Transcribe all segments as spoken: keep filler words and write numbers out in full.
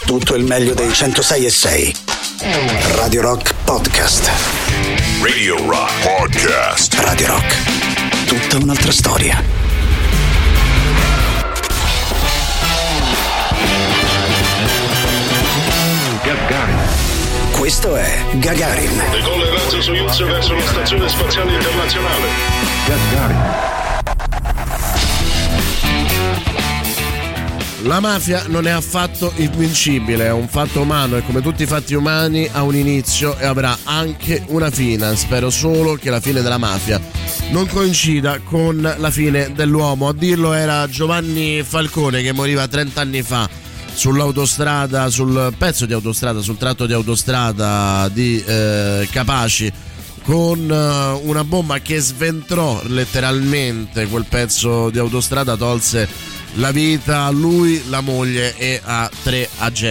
tutto il meglio dei centosei e sei. Radio Rock Podcast. Radio Rock Podcast. Radio Rock. Tutta un'altra storia. Gagarin. Questo è Gagarin. Decolla il razzo Soyuz verso la stazione spaziale internazionale. Gagarin. La mafia non è affatto invincibile, è un fatto umano e come tutti i fatti umani ha un inizio e avrà anche una fine. Spero solo che la fine della mafia non coincida con la fine dell'uomo. A dirlo era Giovanni Falcone, che moriva trent'anni fa sull'autostrada, sul pezzo di autostrada, sul tratto di autostrada di eh, Capaci, con uh, una bomba che sventrò letteralmente quel pezzo di autostrada, tolse la vita a lui, la moglie e a tre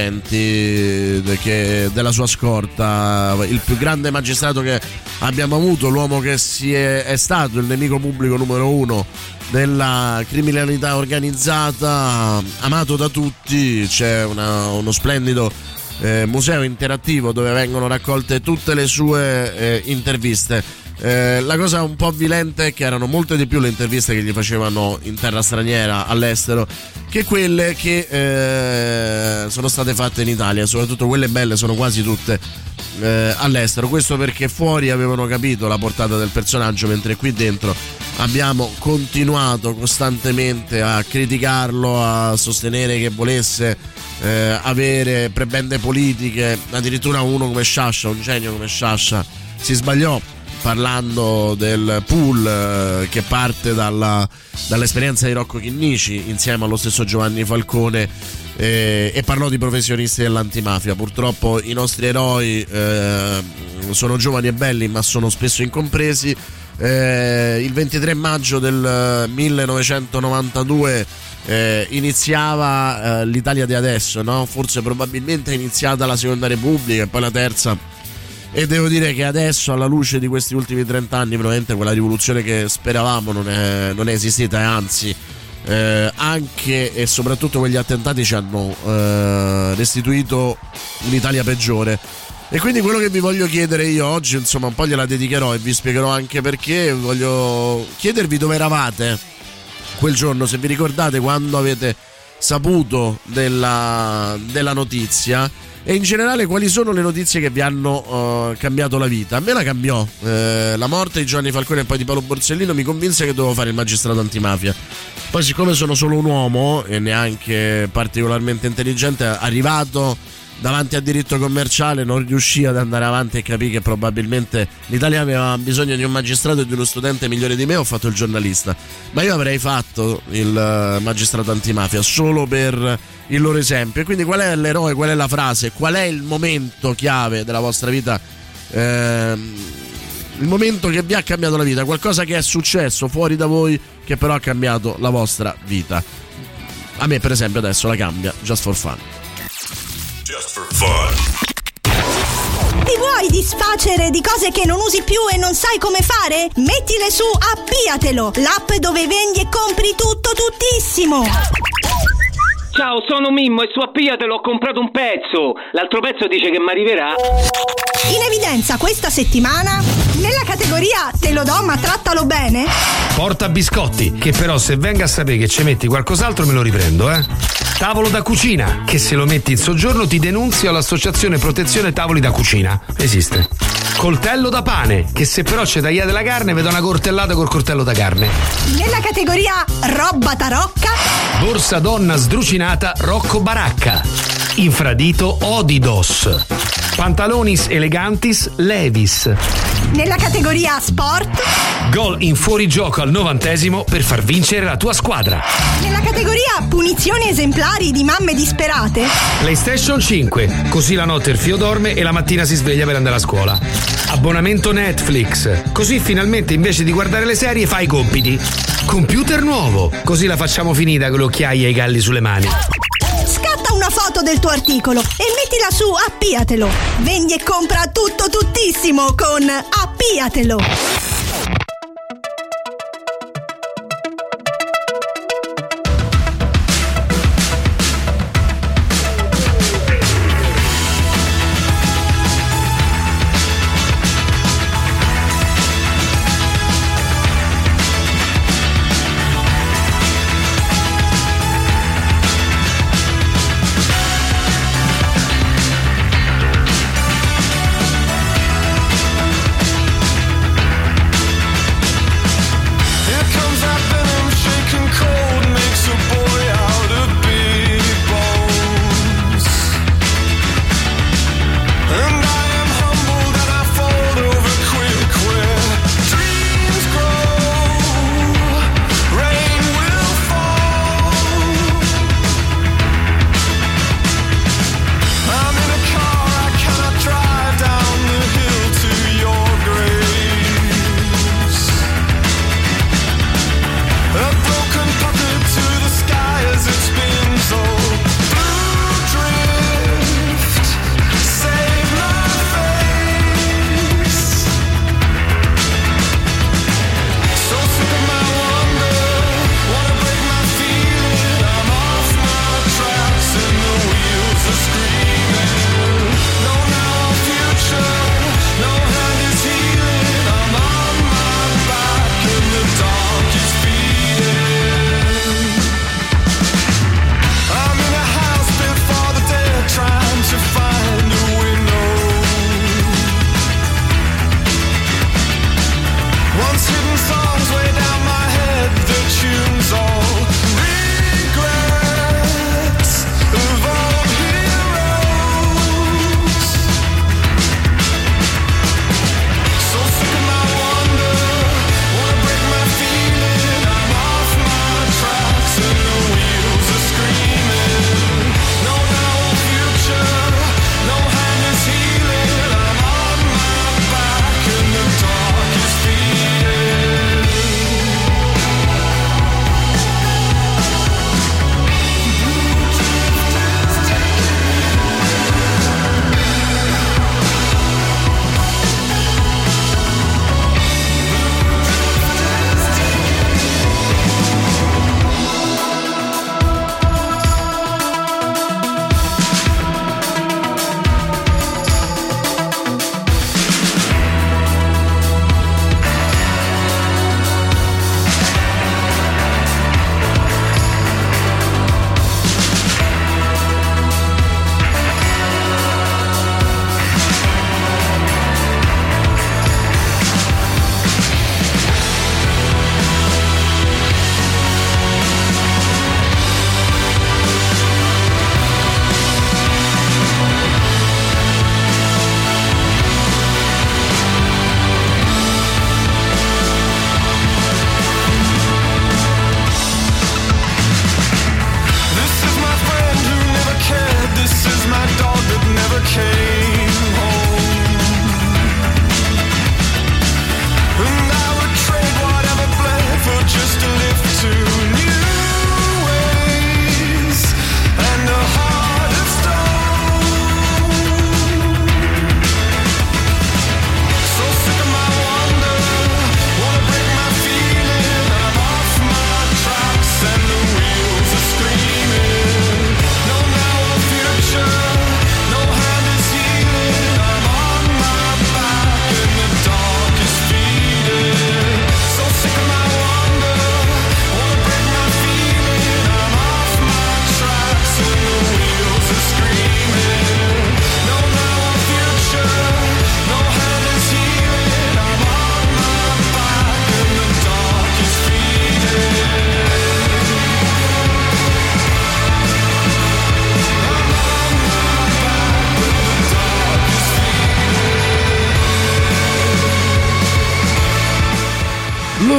agenti che, della sua scorta. Il più grande magistrato che abbiamo avuto, l'uomo che si è, è stato il nemico pubblico numero uno della criminalità organizzata, amato da tutti. C'è una, uno splendido eh, museo interattivo dove vengono raccolte tutte le sue eh, interviste. Eh, la cosa un po' avvilente è che erano molte di più le interviste che gli facevano in terra straniera, all'estero, che quelle che eh, sono state fatte in Italia. Soprattutto quelle belle sono quasi tutte eh, all'estero. Questo perché fuori avevano capito la portata del personaggio, mentre qui dentro abbiamo continuato costantemente a criticarlo, a sostenere che volesse eh, avere prebende politiche. Addirittura uno come Sciascia, un genio come Sciascia, si sbagliò parlando del pool eh, che parte dalla, dall'esperienza di Rocco Chinnici insieme allo stesso Giovanni Falcone, eh, e parlò di professionisti dell'antimafia. Purtroppo i nostri eroi eh, sono giovani e belli, ma sono spesso incompresi. Eh, il ventitré maggio del millenovecentonovantadue eh, iniziava eh, l'Italia di adesso, no? Forse probabilmente è iniziata la seconda Repubblica e poi la terza. E devo dire che adesso, alla luce di questi ultimi trent'anni, probabilmente quella rivoluzione che speravamo non è, non è esistita, e anzi eh, anche e soprattutto quegli attentati ci hanno eh, restituito un'Italia peggiore. E quindi quello che vi voglio chiedere io oggi, insomma, un po' gliela dedicherò e vi spiegherò anche perché. Voglio chiedervi dove eravate quel giorno, se vi ricordate quando avete saputo della, della notizia, e in generale quali sono le notizie che vi hanno uh, cambiato la vita. A me la cambiò eh, la morte di Giovanni Falcone e poi di Paolo Borsellino. Mi convinse che dovevo fare il magistrato antimafia. Poi, siccome sono solo un uomo e neanche particolarmente intelligente, arrivato davanti al diritto commerciale non riuscì ad andare avanti e capì che probabilmente l'Italia aveva bisogno di un magistrato e di uno studente migliore di me. Ho fatto il giornalista, ma io avrei fatto il magistrato antimafia solo per il loro esempio. E quindi qual è l'eroe, qual è la frase, qual è il momento chiave della vostra vita, ehm, il momento che vi ha cambiato la vita, qualcosa che è successo fuori da voi che però ha cambiato la vostra vita. A me per esempio adesso la cambia, just for fun. Just for fun. Ti vuoi disfacere di cose che non usi più e non sai come fare? Mettile su Appiatelo, l'app dove vendi e compri tutto tuttissimo. Ciao, sono Mimmo e su Appiatelo ho comprato un pezzo. L'altro pezzo dice che mi arriverà. In evidenza questa settimana, nella categoria te lo do ma trattalo bene, porta biscotti, che però se venga a sapere che ci metti qualcos'altro me lo riprendo, eh. Tavolo da cucina, che se lo metti in soggiorno ti denunzio all'associazione Protezione Tavoli da Cucina. Esiste. Coltello da pane, che se però c'è tagliata la carne vedo una cortellata col coltello da carne. Nella categoria roba tarocca, borsa donna sdrucinata Rocco Baracca. Infradito Odidos. Pantalonis elegantis Levis. Nella categoria sport, gol in fuorigioco al novantesimo per far vincere la tua squadra. Nella categoria punizioni esemplari di mamme disperate, PlayStation cinque, così la notte il figlio dorme e la mattina si sveglia per andare a scuola. Abbonamento Netflix, così finalmente invece di guardare le serie fai i compiti. Computer nuovo, così la facciamo finita con le occhiaie e i galli sulle mani. Scatta una foto del tuo articolo e mettila su Appiatelo. Vendi e compra tutto tuttissimo con Appiatelo.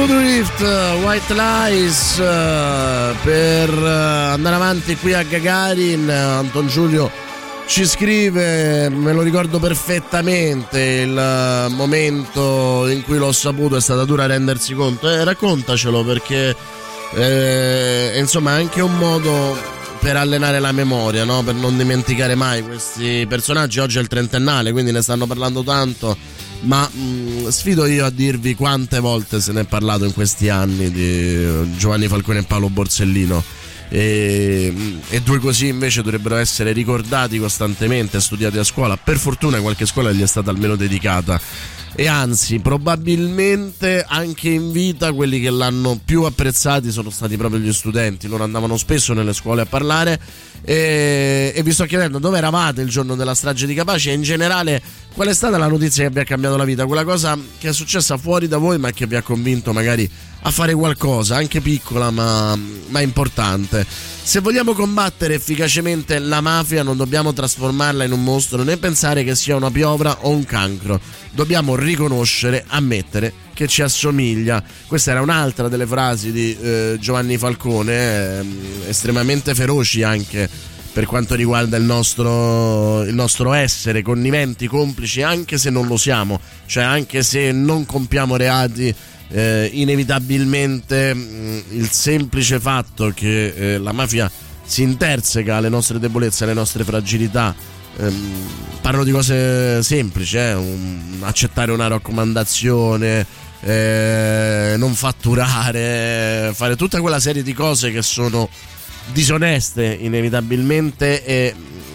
Drift, White Lies. Per andare avanti qui a Gagarin, Anton Giulio ci scrive: me lo ricordo perfettamente il momento in cui l'ho saputo, è stata dura rendersi conto. Eh, raccontacelo, perché eh, insomma è anche un modo per allenare la memoria, no? Per non dimenticare mai questi personaggi. Oggi è il trentennale, quindi ne stanno parlando tanto, ma mh, sfido io a dirvi quante volte se ne è parlato in questi anni di Giovanni Falcone e Paolo Borsellino. E, e due così invece dovrebbero essere ricordati costantemente, studiati a scuola. Per fortuna qualche scuola gli è stata almeno dedicata, e anzi probabilmente anche in vita quelli che l'hanno più apprezzati sono stati proprio gli studenti. Loro andavano spesso nelle scuole a parlare, e, e vi sto chiedendo dove eravate il giorno della strage di Capaci, e in generale qual è stata la notizia che vi ha cambiato la vita, quella cosa che è successa fuori da voi ma che vi ha convinto magari a fare qualcosa, anche piccola ma, ma importante. Se vogliamo combattere efficacemente la mafia non dobbiamo trasformarla in un mostro, né pensare che sia una piovra o un cancro. Dobbiamo riconoscere, ammettere che ci assomiglia. Questa era un'altra delle frasi di eh, Giovanni Falcone, eh, estremamente feroci anche per quanto riguarda il nostro, il nostro essere conniventi, complici, anche se non lo siamo, cioè anche se non compiamo reati. Eh, inevitabilmente mh, il semplice fatto che eh, la mafia si interseca alle nostre debolezze, alle nostre fragilità, ehm, parlo di cose semplici, eh, un, accettare una raccomandazione, eh, non fatturare, fare tutta quella serie di cose che sono disoneste inevitabilmente, e,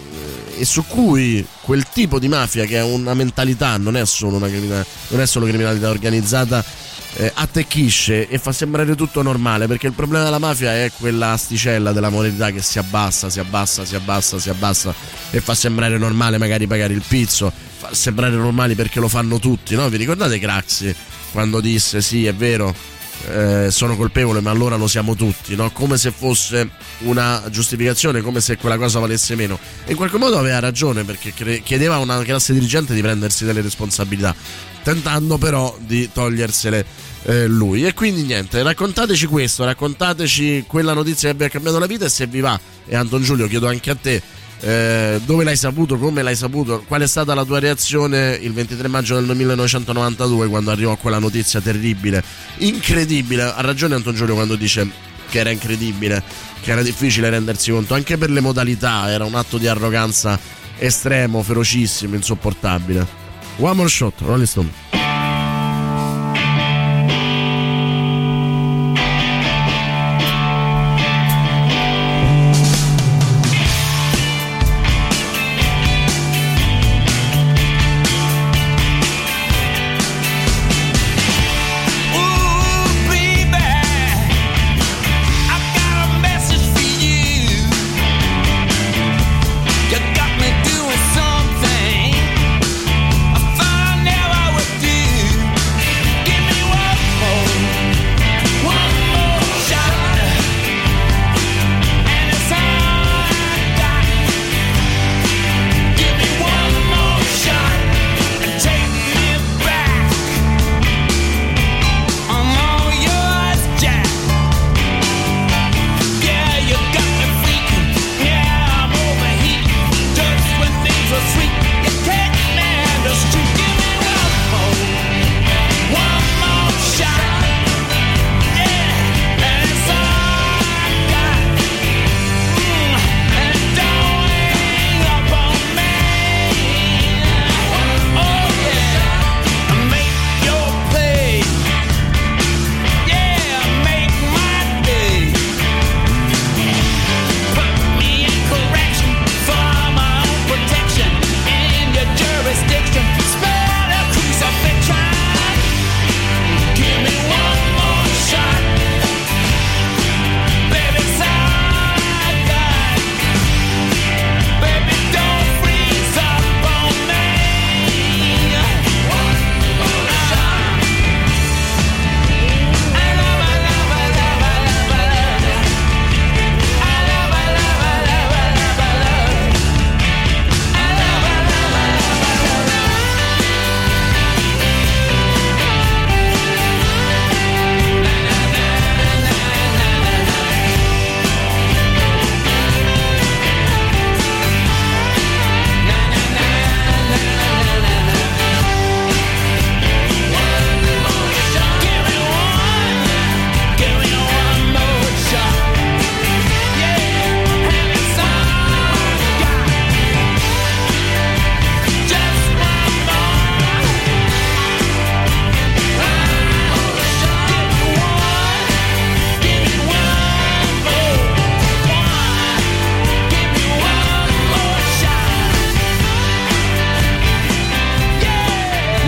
e su cui quel tipo di mafia, che è una mentalità, non è solo una criminalità, non è solo criminalità organizzata, Eh, attecchisce e fa sembrare tutto normale, perché il problema della mafia è quella asticella della moralità che si abbassa, si abbassa, si abbassa, si abbassa e fa sembrare normale magari pagare il pizzo, fa sembrare normali perché lo fanno tutti, no? Vi ricordate Craxi quando disse sì è vero, eh, sono colpevole ma allora lo siamo tutti, no? Come se fosse una giustificazione, come se quella cosa valesse meno, e in qualche modo aveva ragione, perché cre- chiedeva a una classe dirigente di prendersi delle responsabilità, tentando però di togliersele eh, lui. E quindi niente, raccontateci questo, raccontateci quella notizia che vi ha cambiato la vita, e se vi va, e Anton Giulio chiedo anche a te, eh, dove l'hai saputo, come l'hai saputo, qual è stata la tua reazione il ventitré maggio del millenovecentonovantadue quando arrivò quella notizia terribile, incredibile. Ha ragione Anton Giulio quando dice che era incredibile, che era difficile rendersi conto, anche per le modalità, era un atto di arroganza estremo, ferocissimo, insopportabile. One More Shot, Rolling Stone. You got me doing something I thought I never would do.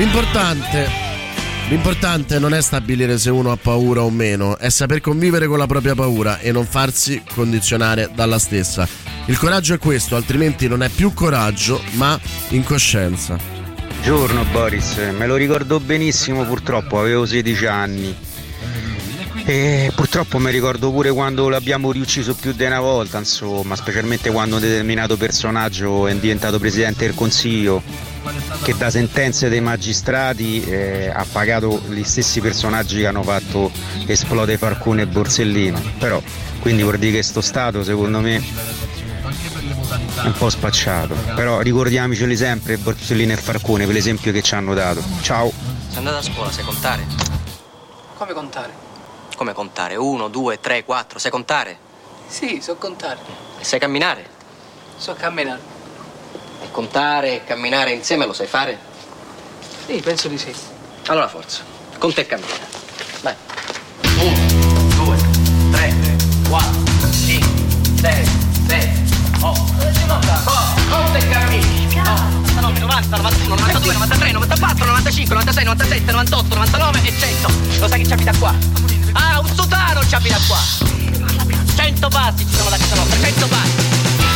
L'importante L'importante non è stabilire se uno ha paura o meno, è saper convivere con la propria paura e non farsi condizionare dalla stessa. Il coraggio è questo, altrimenti non è più coraggio, ma incoscienza. Buongiorno Boris, me lo ricordo benissimo, purtroppo avevo sedici anni e purtroppo mi ricordo pure quando l'abbiamo riucciso più di una volta, insomma, specialmente quando un determinato personaggio è diventato presidente del Consiglio, che da sentenze dei magistrati eh, ha pagato gli stessi personaggi che hanno fatto esplodere Falcone e Borsellino. Però, quindi vuol dire che sto stato, secondo me, è un po' spacciato. Però ricordiamoceli sempre Borsellino e Falcone per l'esempio che ci hanno dato. Ciao. Sei andato a scuola, sai contare? Come contare? Come contare? Uno, due, tre, quattro, sai contare? Sì, so contare. E sai camminare? So camminare. E contare e camminare insieme lo sai fare? Sì, penso di sì. Allora forza, conta e cammina. Vai. Uno, due, tre, quattro, cinque, sei, sette, otto, conta e cammina. novantanove, novanta, novantuno, novantadue, novantatré, novantaquattro, novantacinque, novantasei, novantasette, novantotto, novantanove e cento. Lo sai che ci abita qua? Ah, un sotano ci abita qua. cento passi ci sono da casa nostra, cento passi.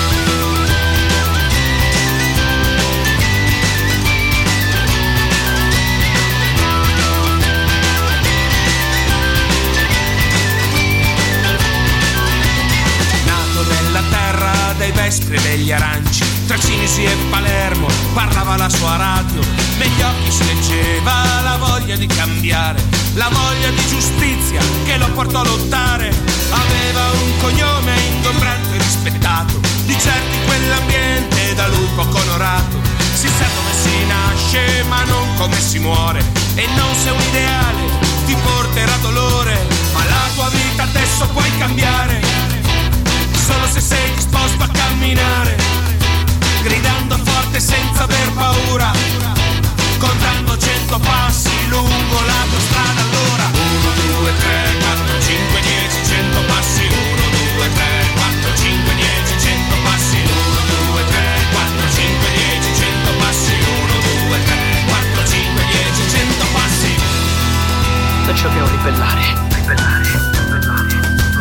Nella terra dei vespri e degli aranci, tra Cinisi e Palermo parlava la sua radio, negli occhi si leggeva la voglia di cambiare, la voglia di giustizia che lo portò a lottare. Aveva un cognome ingombrante e rispettato, di certo in quell'ambiente da lui poco onorato. Si sa dove si nasce ma non come si muore, e non se un ideale ti porterà dolore, ma la tua vita adesso puoi cambiare solo se sei disposto a camminare, gridando forte senza aver paura, contando cento passi lungo la tua strada. Allora uno, due, tre, quattro, cinque, dieci, cento passi. Uno, due, tre, quattro, cinque, dieci, cento passi. Uno, due, tre, quattro, cinque, dieci, cento passi. Uno, due, tre, quattro, cinque, dieci, cento passi. Perciò che ho ribellare, ribellare, ribellare.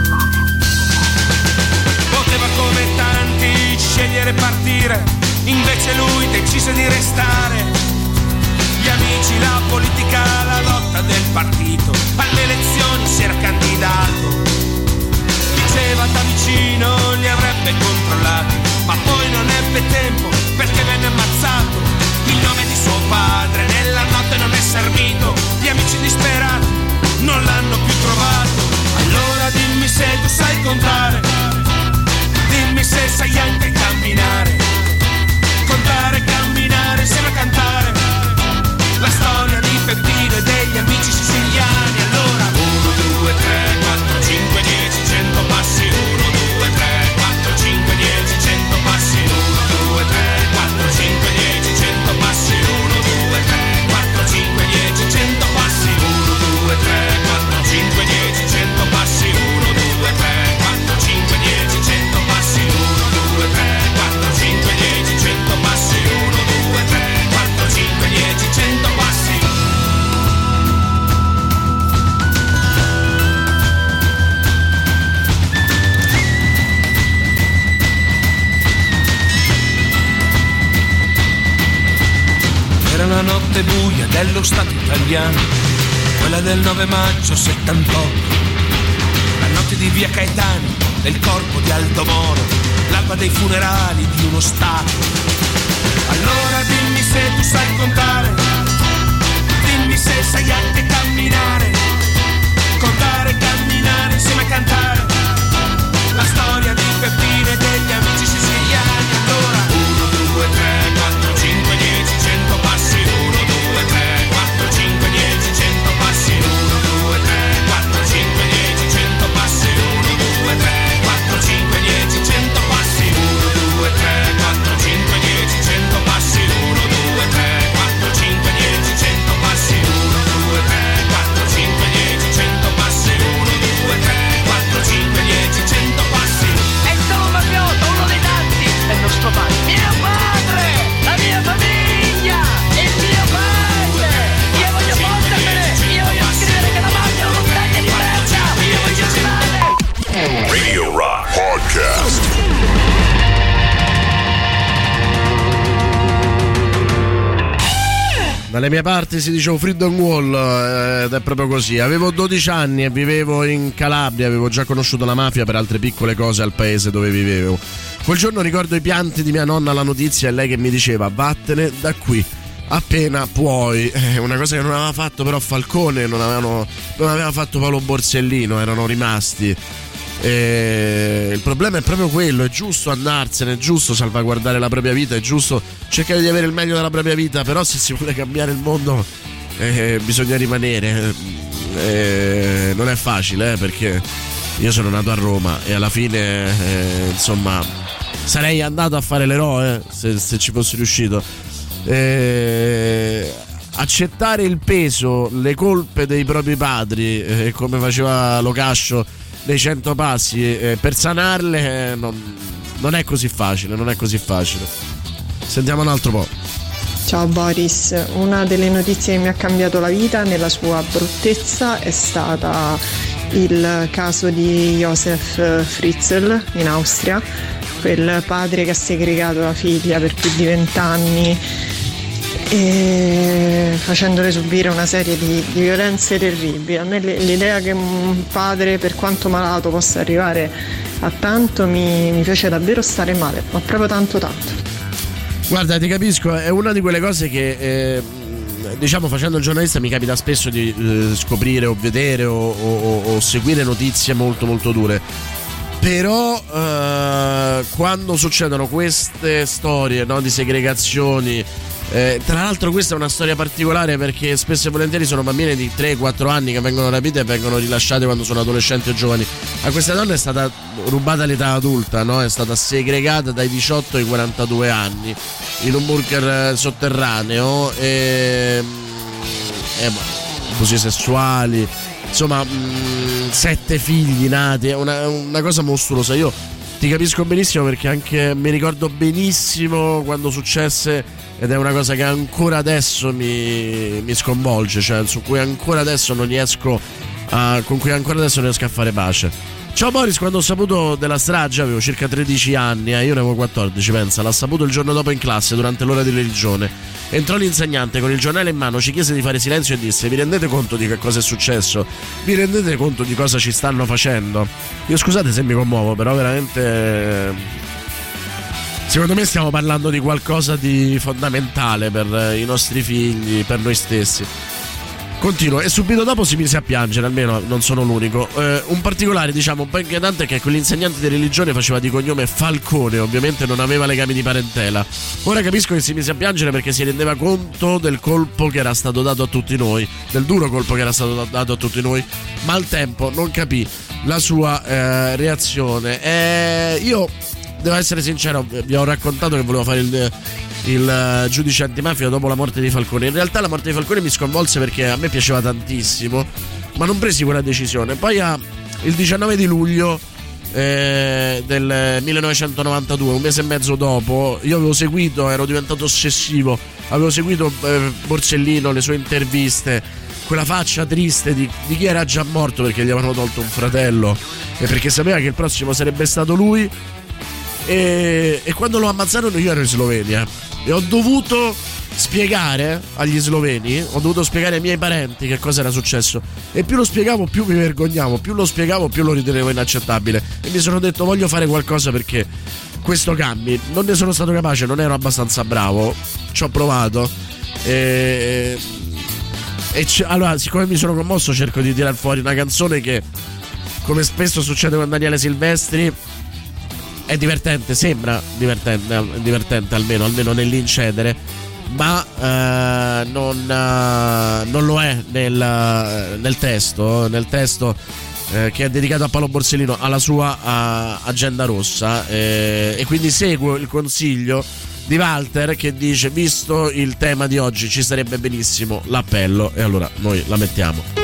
Poteva come tanti scegliere partire, invece lui decise di restare. Gli amici, la politica, la lotta del partito, alle elezioni si era candidato. Diceva da vicino li avrebbe controllati, ma poi non ebbe tempo perché venne ammazzato. Il nome di suo padre nella notte non è servito, gli amici disperati non l'hanno più trovato. Allora dimmi se tu sai contare, dimmi se sai anche camminare, contare, camminare, insieme a cantare la storia di Peppino e degli amici siciliani. Allora uno, due, tre, quattro, cinque, dieci, cento passi. Uno, due, tre, quattro, cinque, dieci, cento passi. Uno, due, tre, quattro, cinque, dieci, cento passi. Uno, due, tre, quattro, cinque, dieci, cento passi. Uno, due, tre, quattro, cinque, dieci, cento passi. Uno, due, tre, quattro, cinque, dieci, cento passi. Uno, due, tre, quattro, cinque, dieci, cento passi. Uno, due, tre, quattro, cinque, dieci, cento passi. Era una notte buia dello Stato italiano, quella del nove maggio settantotto, la notte di via Caetani, del corpo di Aldo Moro, l'alba dei funerali di uno Stato. Allora dimmi se tu sai contare, dimmi se sai anche camminare, contare, camminare, insieme a cantare la storia di Peppino e degli amici siciliani. Allora uno, due, tre, quattro, cinque, dieci, cento passi. Uno, due, tre, quattro, cinque, dieci, cento passi. Uno, due, tre, quattro, cinque, dieci, cento passi. Uno, due, tre, quattro, cinque, dieci, cento passi. Uno, due, tre, quattro, cinque, Dalle mie parti si dice Freedom Wall eh, ed è proprio così. Avevo dodici anni e vivevo in Calabria, avevo già conosciuto la mafia per altre piccole cose al paese dove vivevo. Quel giorno ricordo i pianti di mia nonna alla notizia e lei che mi diceva vattene da qui appena puoi. Eh, una cosa che non aveva fatto però Falcone, non, avevano, non aveva fatto Paolo Borsellino, erano rimasti. E il problema è proprio quello, è giusto andarsene, è giusto salvaguardare la propria vita, è giusto cercare di avere il meglio della propria vita, però se si vuole cambiare il mondo eh, bisogna rimanere. Eh, non è facile eh, perché io sono nato a Roma e alla fine eh, insomma sarei andato a fare l'eroe se, se ci fossi riuscito. Eh, accettare il peso, le colpe dei propri padri eh, come faceva Locascio dei cento passi eh, per sanarle eh, non, non è così facile, non è così facile. Sentiamo un altro po'. Ciao Boris, una delle notizie che mi ha cambiato la vita nella sua bruttezza è stata il caso di Josef Fritzl in Austria, quel padre che ha segregato la figlia per più di vent'anni e facendole subire una serie di, di violenze terribili. A me l'idea che un padre, per quanto malato, possa arrivare a tanto mi, mi fece davvero stare male, ma proprio tanto tanto. Guarda, ti capisco, è una di quelle cose che eh, diciamo facendo il giornalista mi capita spesso di eh, scoprire o vedere o, o, o seguire notizie molto molto dure. Però eh, quando succedono queste storie, no, di segregazioni, eh, tra l'altro questa è una storia particolare perché spesso e volentieri sono bambine di tre quattro anni che vengono rapite e vengono rilasciate quando sono adolescenti o giovani. A questa donna è stata rubata l'età adulta, no? È stata segregata dai diciotto ai quarantadue anni in un bunker sotterraneo e, e abusi sessuali, insomma mh, sette figli nati, è una, una cosa mostruosa. Io ti capisco benissimo perché anche mi ricordo benissimo quando successe ed è una cosa che ancora adesso mi, mi sconvolge, cioè su cui ancora adesso non riesco a, con cui ancora adesso non riesco a fare pace. Ciao Boris, quando ho saputo della strage avevo circa tredici anni, eh, io ne avevo quattordici, pensa, l'ha saputo il giorno dopo in classe durante l'ora di religione. Entrò l'insegnante con il giornale in mano, ci chiese di fare silenzio e disse: vi rendete conto di che cosa è successo? Vi rendete conto di cosa ci stanno facendo? Io scusate se mi commuovo, però veramente secondo me stiamo parlando di qualcosa di fondamentale per i nostri figli, per noi stessi. Continuo e subito dopo si mise a piangere, almeno non sono l'unico. Eh, un particolare, diciamo, un po' inquietante è che quell'insegnante di religione faceva di cognome Falcone, ovviamente non aveva legami di parentela. Ora capisco che si mise a piangere perché si rendeva conto del colpo che era stato dato a tutti noi, del duro colpo che era stato dato a tutti noi, ma al tempo non capì la sua eh, reazione. Eh, io devo essere sincero, vi ho raccontato che volevo fare il il giudice antimafia dopo la morte di Falcone. In realtà la morte di Falcone mi sconvolse perché a me piaceva tantissimo, ma non presi quella decisione. Poi a, il diciannove di luglio eh, del millenovecentonovantadue, un mese e mezzo dopo, io avevo seguito, ero diventato ossessivo, avevo seguito eh, Borsellino, le sue interviste, quella faccia triste di, di chi era già morto perché gli avevano tolto un fratello e perché sapeva che il prossimo sarebbe stato lui. E, e quando lo ammazzarono io ero in Slovenia e ho dovuto spiegare agli sloveni, ho dovuto spiegare ai miei parenti che cosa era successo, e più lo spiegavo più mi vergognavo, più lo spiegavo più lo ritenevo inaccettabile e mi sono detto voglio fare qualcosa perché questo cambi. Non ne sono stato capace, non ero abbastanza bravo, ci ho provato e, e c- allora siccome mi sono commosso cerco di tirar fuori una canzone che, come spesso succede con Daniele Silvestri, è divertente, sembra divertente, divertente almeno, almeno nell'incedere, ma eh, non, eh, non lo è nel, nel testo, nel testo eh, che è dedicato a Paolo Borsellino, alla sua uh, agenda rossa, eh, e quindi seguo il consiglio di Walter che dice: visto il tema di oggi ci sarebbe benissimo l'appello, e allora noi la mettiamo.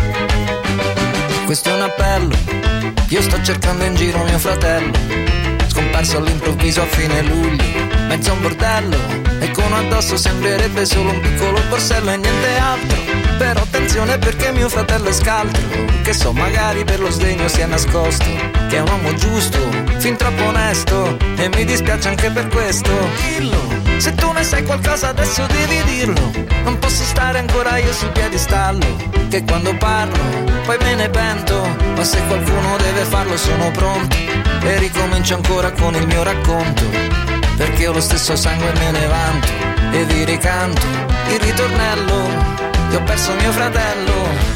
Questo è un appello, io sto cercando in giro mio fratello, scomparso all'improvviso a fine luglio, mezzo a un bordello, e con addosso sembrerebbe solo un piccolo borsello e niente altro. Però attenzione perché mio fratello è scaltro, che so magari per lo sdegno si è nascosto, che è un uomo giusto, fin troppo onesto, e mi dispiace anche per questo. Dillo, se tu ne sai qualcosa adesso devi dirlo, non posso stare ancora io sul piedistallo, che quando parlo poi me ne pento, ma se qualcuno deve farlo sono pronto, e ricomincio ancora con il mio racconto, perché ho lo stesso sangue e me ne vanto, e vi ricanto il ritornello, che ho perso mio fratello.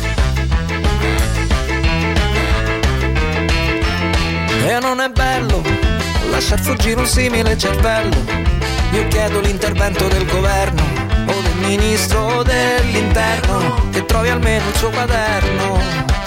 E non è bello lasciar fuggire un simile cervello. Io chiedo l'intervento del governo o del ministro dell'interno, che trovi almeno il suo quaderno.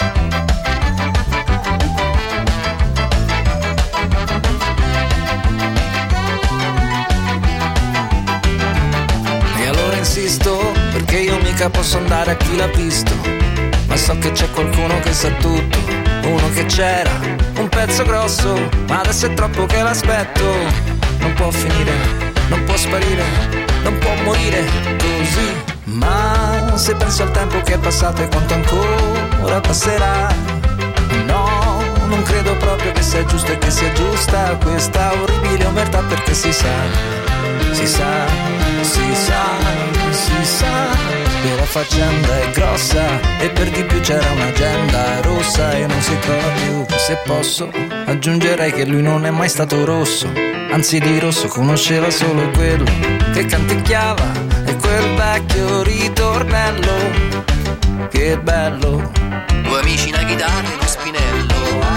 E allora insisto, perché io mica posso andare a chi l'ha visto, ma so che c'è qualcuno che sa tutto, uno che c'era, un pezzo grosso, ma adesso è troppo che l'aspetto. Non può finire, non può sparire, non può morire così. Ma se penso al tempo che è passato e quanto ancora passerà, no, non credo proprio che sia giusto e che sia giusta questa orribile omertà, perché si sa, si sa, si sa, si sa che la faccenda è grossa, e per di più c'era un'agenda rossa e non si trova più. Se posso aggiungerei che lui non è mai stato rosso, anzi di rosso conosceva solo quello che canticchiava, e quel vecchio ritornello. Che bello, due amici, una chitarra e uno spinello.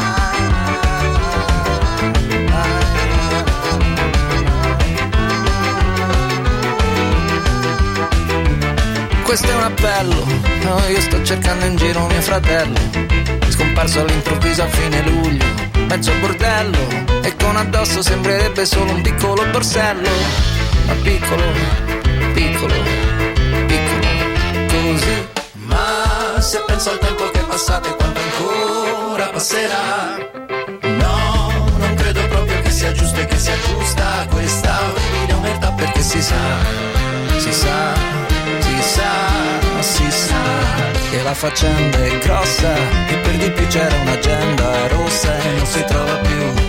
Questo è un appello, no, io sto cercando in giro mio fratello, scomparso all'improvviso a fine luglio, mezzo bordello, e con addosso sembrerebbe solo un piccolo borsello, ma piccolo, piccolo, piccolo, così. Ma se penso al tempo che è passato e quanto ancora passerà, no, non credo proprio che sia giusto e che sia giusta questa orribile omertà, perché si sa, si sa, si sa, si sa che la faccenda è grossa, e per di più c'era un'agenda rossa e non si trova più.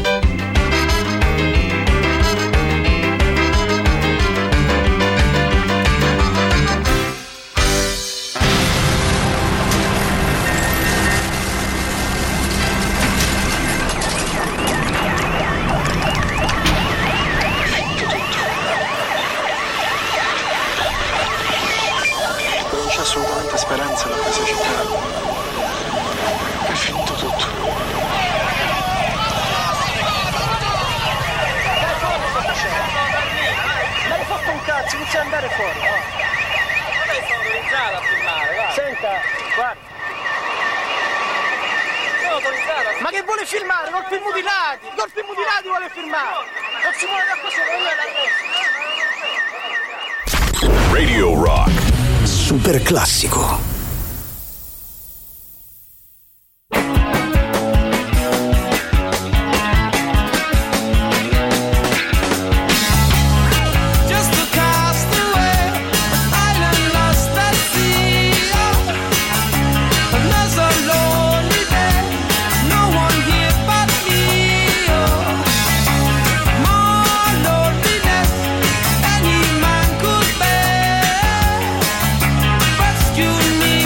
Assolutamente speranza da questa città. È finito tutto. Ma hai fatto un cazzo, inizia ad andare fuori. Oh. Vabbè, sono autorizzato a filmare, va. Senta, guarda. Sono autorizzato a filmare. Ma che vuole filmare? Colpi mutilati! Colpi mutilati vuole filmare! Non si muove da questo, non è la Radio Rock. Super classico. You need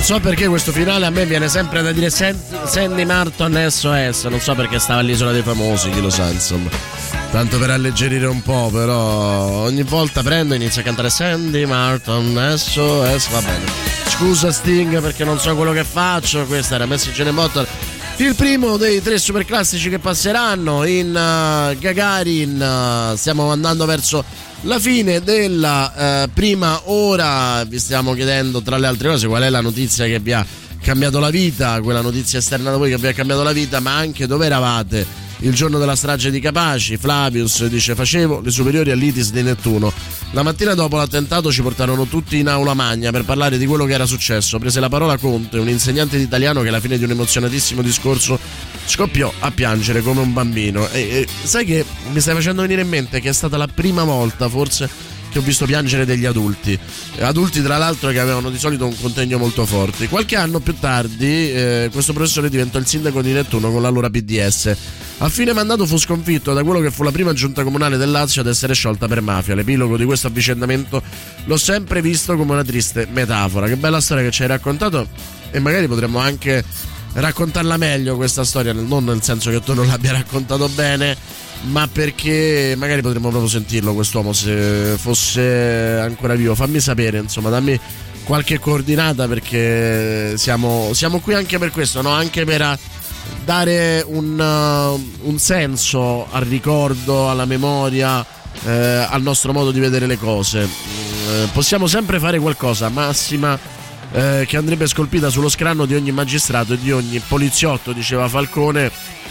so perché questo finale a me viene sempre da dire Sandy Martin S O S, non so perché stava all'Isola dei Famosi, chi lo sa, insomma. Tanto per alleggerire un po', però ogni volta prendo e inizio a cantare Sandy Martin S O S, va bene. Scusa Sting perché non so quello che faccio, questa era Message in a Bottle. Il primo dei tre super classici che passeranno in uh, Gagarin. Uh, stiamo andando verso la fine della uh, prima ora. Vi stiamo chiedendo, tra le altre cose, qual è la notizia che vi ha cambiato la vita, quella notizia esterna da voi che vi ha cambiato la vita, ma anche dove eravate il giorno della strage di Capaci. Flavius dice: facevo le superiori all'I T I S di Nettuno. La mattina dopo l'attentato ci portarono tutti in aula magna per parlare di quello che era successo. Prese la parola Conte, un insegnante di italiano che alla fine di un emozionatissimo discorso scoppiò a piangere come un bambino. E, e sai che mi stai facendo venire in mente che è stata la prima volta forse che ho visto piangere degli adulti, adulti tra l'altro che avevano di solito un contegno molto forte. Qualche anno più tardi eh, questo professore diventò il sindaco di Nettuno con l'allora P D S. A fine mandato fu sconfitto da quello che fu la prima giunta comunale del Lazio ad essere sciolta per mafia. L'epilogo di questo avvicendamento l'ho sempre visto come una triste metafora. Che bella storia che ci hai raccontato, e magari potremmo anche raccontarla meglio questa storia, non nel senso che tu non l'abbia raccontato bene, ma perché magari potremmo proprio sentirlo quest'uomo se fosse ancora vivo. Fammi sapere, insomma, dammi qualche coordinata, perché siamo, siamo qui anche per questo, no? Anche per dare un, uh, un senso al ricordo, alla memoria, eh, al nostro modo di vedere le cose. Eh, possiamo sempre fare qualcosa, massima, eh, che andrebbe scolpita sullo scranno di ogni magistrato e di ogni poliziotto, diceva Falcone.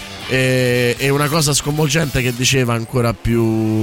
E, e una cosa sconvolgente che diceva ancora più,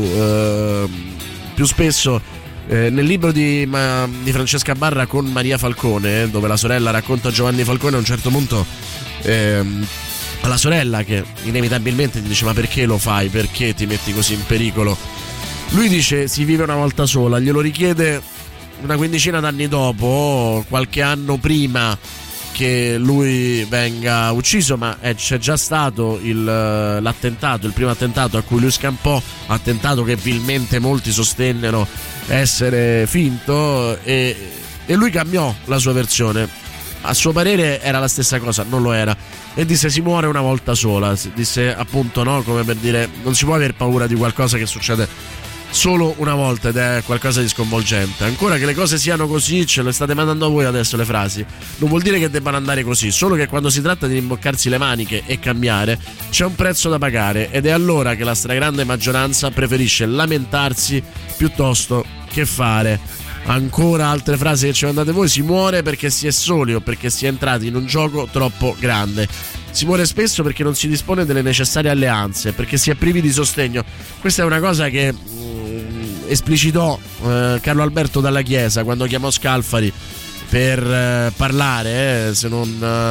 eh, più spesso eh, nel libro di, ma, di Francesca Barra con Maria Falcone, eh, dove la sorella racconta a Giovanni Falcone a un certo punto, ehm, alla sorella che inevitabilmente gli dice: ma perché lo fai, perché ti metti così in pericolo? Lui dice: si vive una volta sola. Glielo richiede una quindicina d'anni dopo, qualche anno prima che lui venga ucciso, ma eh, c'è già stato il, l'attentato, il primo attentato a cui lui scampò, attentato che vilmente molti sostennero essere finto, e, e lui cambiò la sua versione. A suo parere era la stessa cosa, non lo era, e disse: si muore una volta sola. Disse appunto, no, come per dire, non si può aver paura di qualcosa che succede solo una volta, ed è qualcosa di sconvolgente. Ancora che le cose siano così, ce le state mandando voi adesso le frasi, non vuol dire che debbano andare così, solo che quando si tratta di rimboccarsi le maniche e cambiare c'è un prezzo da pagare, ed è allora che la stragrande maggioranza preferisce lamentarsi piuttosto che fare. Ancora altre frasi che ci mandate voi: si muore perché si è soli o perché si è entrati in un gioco troppo grande. Si muore spesso perché non si dispone delle necessarie alleanze, perché si è privi di sostegno. Questa è una cosa che mh, esplicitò eh, Carlo Alberto Dalla Chiesa quando chiamò Scalfari per eh, parlare, eh, se non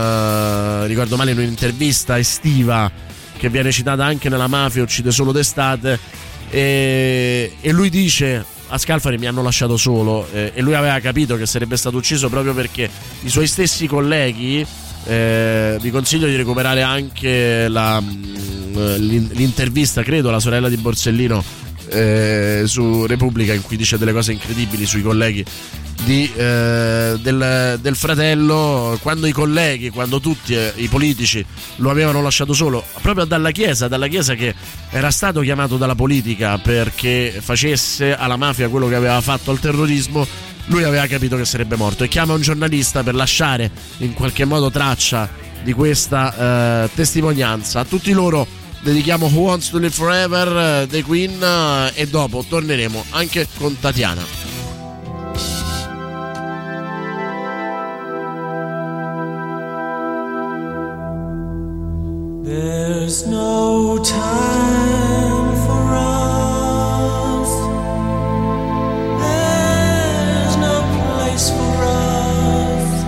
eh, ricordo male, in un'intervista estiva che viene citata anche nella Mafia uccide solo d'estate, e, e lui dice: a Scalfari mi hanno lasciato solo, eh, e lui aveva capito che sarebbe stato ucciso proprio perché i suoi stessi colleghi, eh, vi consiglio di recuperare anche la, l'intervista, credo, alla sorella di Borsellino eh, su Repubblica, in cui dice delle cose incredibili sui colleghi di, eh, del, del fratello, quando i colleghi, quando tutti eh, i politici lo avevano lasciato solo, proprio dalla Chiesa, dalla Chiesa che era stato chiamato dalla politica perché facesse alla mafia quello che aveva fatto al terrorismo. Lui aveva capito che sarebbe morto e chiama un giornalista per lasciare in qualche modo traccia di questa eh, testimonianza. A tutti loro dedichiamo Who Wants to Live Forever dei Queen, eh, e dopo torneremo anche con Tatiana. There's no time for us. There's no place for us.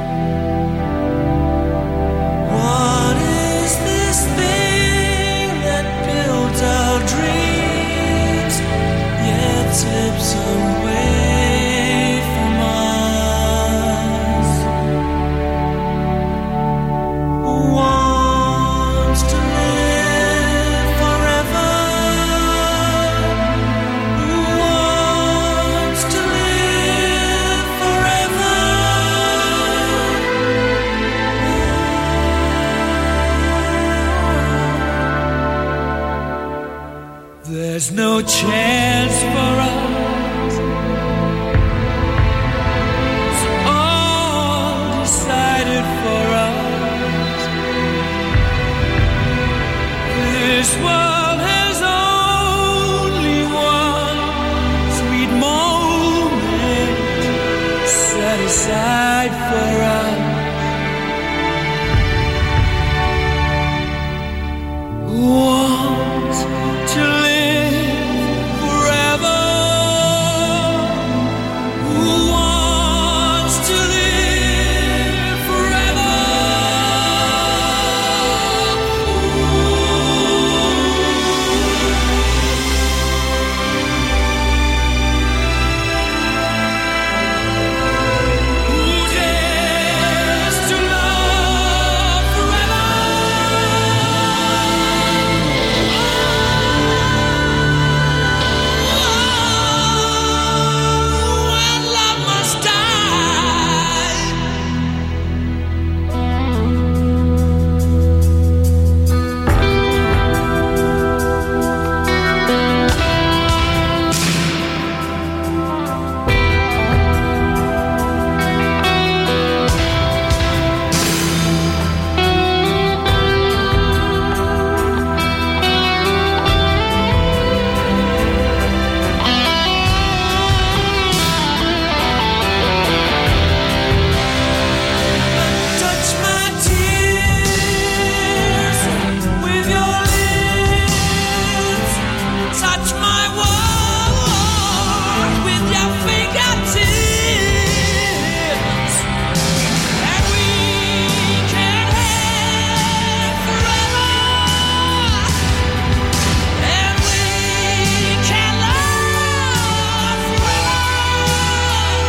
What is this thing that builds our dreams yet slips away from us? One to live no chance for us. It's all decided for us. This world has only one sweet moment set aside for us. Who wants to live forever? Who wants to live forever? Who dares to love forever? When love must die. Touch my tears with your lips. Touch my world with your fingertips. And we can have forever. And we can love forever.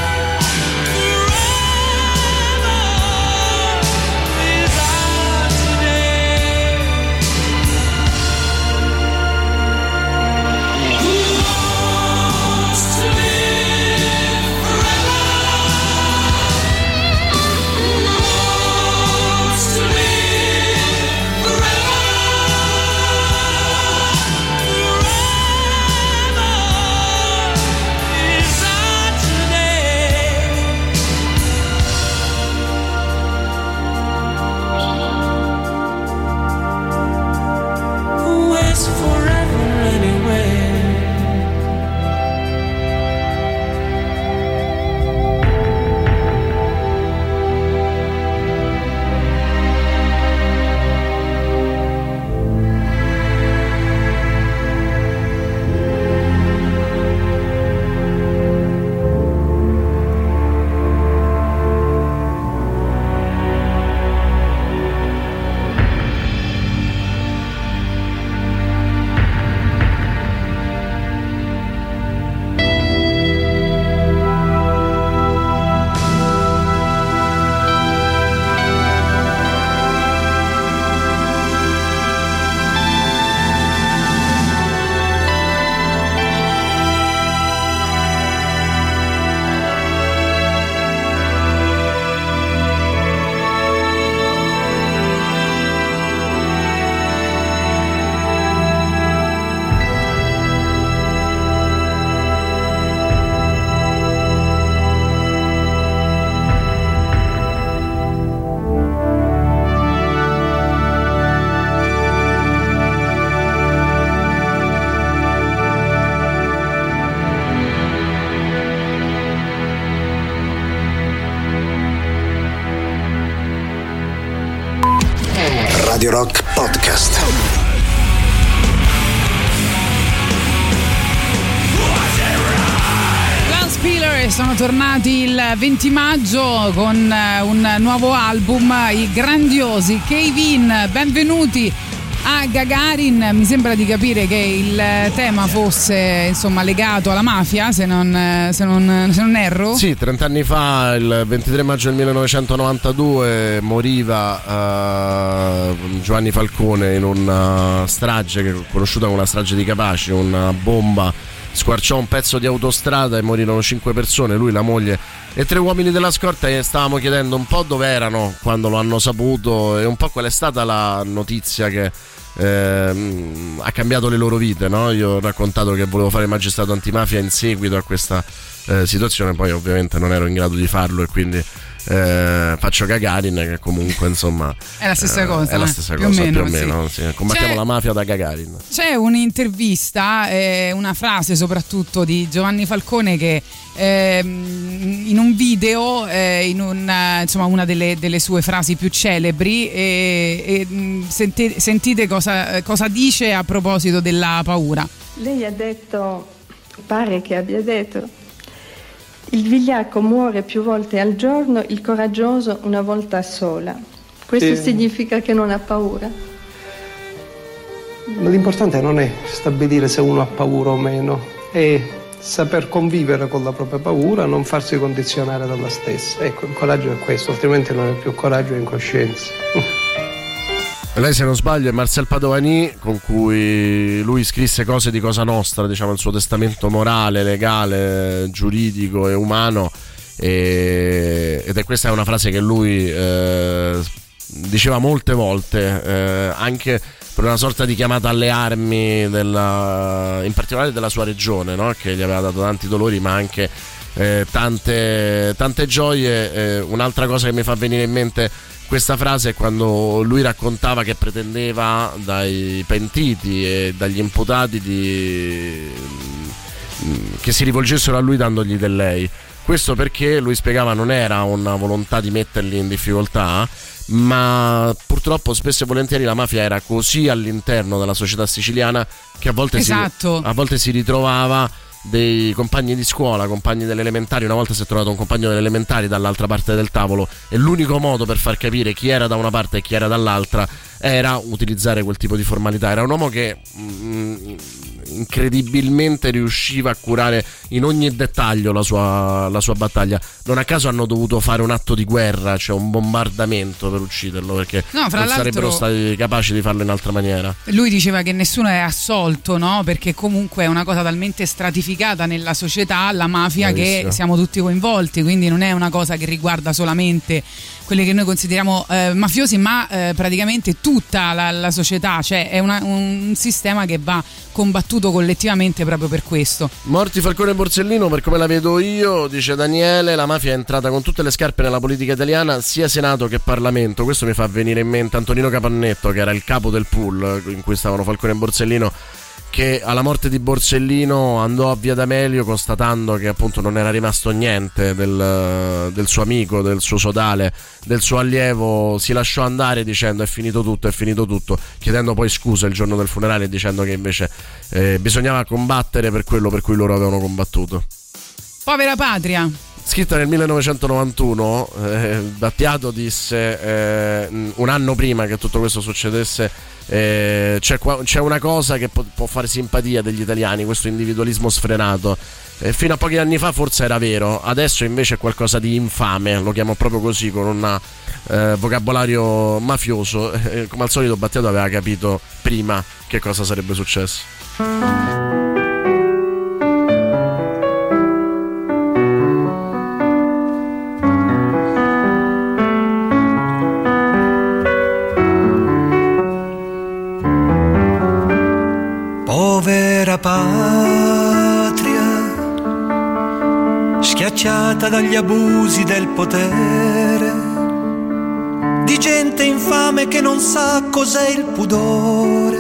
Who is forever anyway? Radio Rock Podcast. Lance Spiller sono tornati il venti maggio con un nuovo album, i grandiosi Cave-In. Benvenuti a Gagarin. Mi sembra di capire che il tema fosse insomma legato alla mafia, se non, se non, se non erro. Sì, trent'anni fa, il ventitré maggio del millenovecentonovantadue, moriva uh, Giovanni Falcone in una strage che è conosciuta come la strage di Capaci, una bomba squarciò un pezzo di autostrada e morirono cinque persone, lui, la moglie e tre uomini della scorta, e stavamo chiedendo un po' dove erano quando lo hanno saputo e un po' qual è stata la notizia che eh, ha cambiato le loro vite, no? Io ho raccontato che volevo fare il magistrato antimafia in seguito a questa eh, situazione, poi ovviamente non ero in grado di farlo e quindi Eh, faccio Gagarin, che comunque insomma è la stessa cosa, è la stessa più cosa o meno, più o meno sì. Sì. Combattiamo C'è, la mafia da Gagarin. C'è un'intervista, eh, una frase soprattutto di Giovanni Falcone che eh, in un video, eh, in una, insomma, una delle, delle sue frasi più celebri, e, e senti, sentite cosa, cosa dice a proposito della paura. Lei ha detto, pare che abbia detto: il vigliacco muore più volte al giorno, il coraggioso una volta sola. Questo Sì. significa che non ha paura? L'importante non è stabilire se uno ha paura o meno, è saper convivere con la propria paura, non farsi condizionare dalla stessa. Ecco, il coraggio è questo, altrimenti non è più coraggio, è incoscienza. Lei, se non sbaglio, è Marcel Padovani, con cui lui scrisse cose di Cosa Nostra, diciamo il suo testamento morale, legale, giuridico e umano, e, ed è questa è una frase che lui eh, diceva molte volte, eh, anche per una sorta di chiamata alle armi della, in particolare della sua regione, no? Che gli aveva dato tanti dolori ma anche eh, tante, tante gioie. Eh, un'altra cosa che mi fa venire in mente questa frase è quando lui raccontava che pretendeva dai pentiti e dagli imputati di, che si rivolgessero a lui dandogli del lei. Questo perché lui spiegava non era una volontà di metterli in difficoltà, ma purtroppo spesso e volentieri la mafia era così all'interno della società siciliana che a volte, esatto. si, a volte si ritrovava dei compagni di scuola, compagni delle elementari. Una volta si è trovato un compagno delle elementari dall'altra parte del tavolo e l'unico modo per far capire chi era da una parte e chi era dall'altra era utilizzare quel tipo di formalità. Era un uomo che mh, incredibilmente riusciva a curare in ogni dettaglio la sua, la sua battaglia. Non a caso hanno dovuto fare un atto di guerra, cioè un bombardamento per ucciderlo, perché no, fra non l'altro, sarebbero stati capaci di farlo in altra maniera. Lui diceva che nessuno è assolto, no? Perché comunque è una cosa talmente stratificata nella società, la mafia, Bravissimo. che siamo tutti coinvolti, quindi non è una cosa che riguarda solamente quelli che noi consideriamo eh, mafiosi, ma eh, praticamente tutta la, la società, cioè è una, un sistema che va combattuto collettivamente proprio per questo. Morti Falcone e Borsellino, per come la vedo io, dice Daniele, la mafia è entrata con tutte le scarpe nella politica italiana, sia Senato che Parlamento. Questo mi fa venire in mente Antonino Capannetto, che era il capo del pool in cui stavano Falcone e Borsellino, che alla morte di Borsellino andò a Via D'Amelio constatando che appunto non era rimasto niente del, del suo amico, del suo sodale, del suo allievo. Si lasciò andare dicendo è finito tutto, è finito tutto, chiedendo poi scusa il giorno del funerale, dicendo che invece eh, bisognava combattere per quello per cui loro avevano combattuto. Povera patria. Scritta nel millenovecentonovantuno, eh, Battiato disse eh, un anno prima che tutto questo succedesse, eh, c'è, qua, c'è una cosa che può, può fare simpatia degli italiani, questo individualismo sfrenato. Eh, fino a pochi anni fa forse era vero, adesso invece è qualcosa di infame, lo chiamo proprio così, con un eh, vocabolario mafioso. Eh, come al solito Battiato aveva capito prima che cosa sarebbe successo. Povera patria, schiacciata dagli abusi del potere, di gente infame che non sa cos'è il pudore.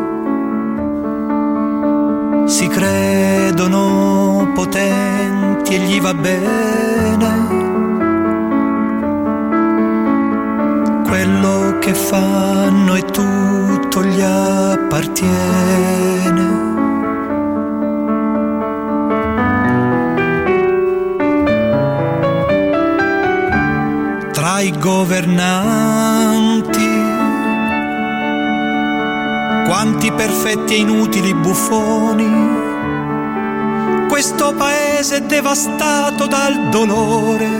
Si credono potenti e gli va bene quello che fanno e tutto gli appartiene. Tra i governanti, quanti perfetti e inutili buffoni, questo paese è devastato dal dolore,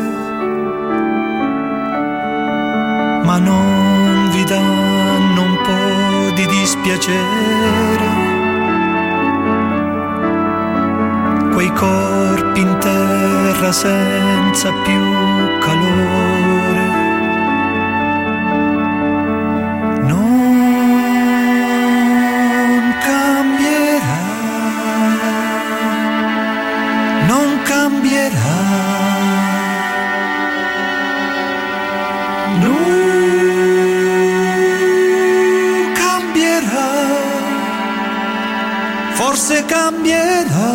ma non vi danno un po' di dispiacere quei corpi in terra senza più calore. Non cambierà, non cambierà. Forse cambierà,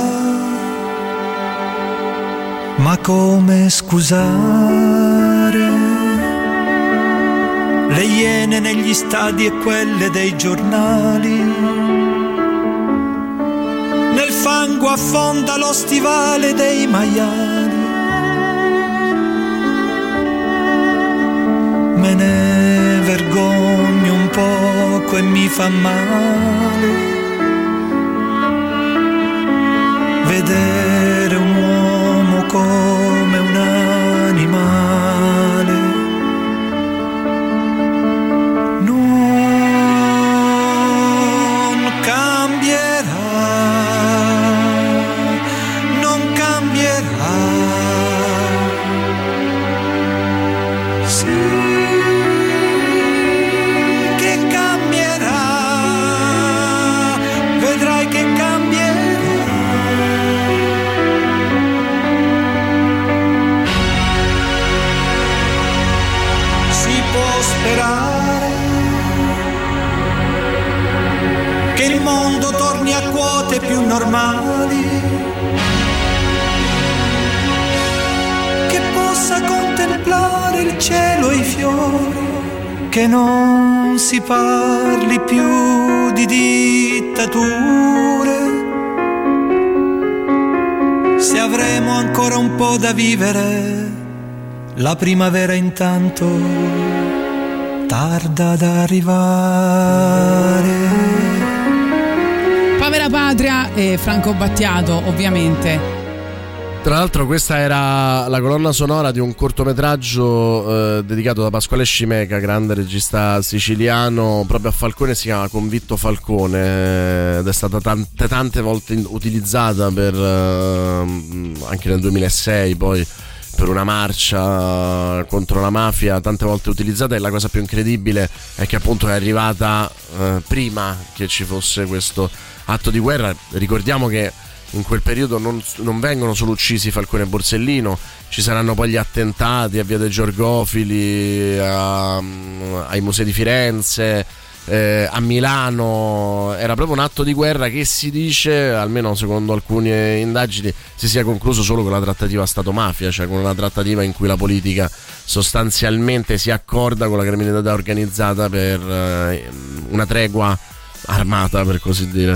ma come scusare le iene negli stadi e quelle dei giornali? Nel fango affonda lo stivale dei maiali. Me ne vergogno un poco e mi fa male vedere un uomo come un animale. Non cambierà, non cambierà. Sì che cambierà, vedrai che cambierà. Sperare che il mondo torni a quote più normali, che possa contemplare il cielo e i fiori, che non si parli più di dittature. Se avremo ancora un po' da vivere, la primavera intanto tarda ad arrivare. Povera Patria e Franco Battiato, ovviamente. Tra l'altro questa era la colonna sonora di un cortometraggio eh, dedicato da Pasquale Scimeca, grande regista siciliano, proprio a Falcone. Si chiama Convitto Falcone ed è stata tante tante volte utilizzata per eh, anche nel duemilasei, poi per una marcia contro la mafia, tante volte utilizzata. E la cosa più incredibile è che appunto è arrivata eh, prima che ci fosse questo atto di guerra. Ricordiamo che in quel periodo non, non vengono solo uccisi Falcone e Borsellino, ci saranno poi gli attentati a Via dei Giorgofili, a, ai musei di Firenze, eh, a Milano. Era proprio un atto di guerra che si dice, almeno secondo alcune indagini, si sia concluso solo con la trattativa Stato-mafia, cioè con una trattativa in cui la politica sostanzialmente si accorda con la criminalità organizzata per eh, una tregua armata, per così dire.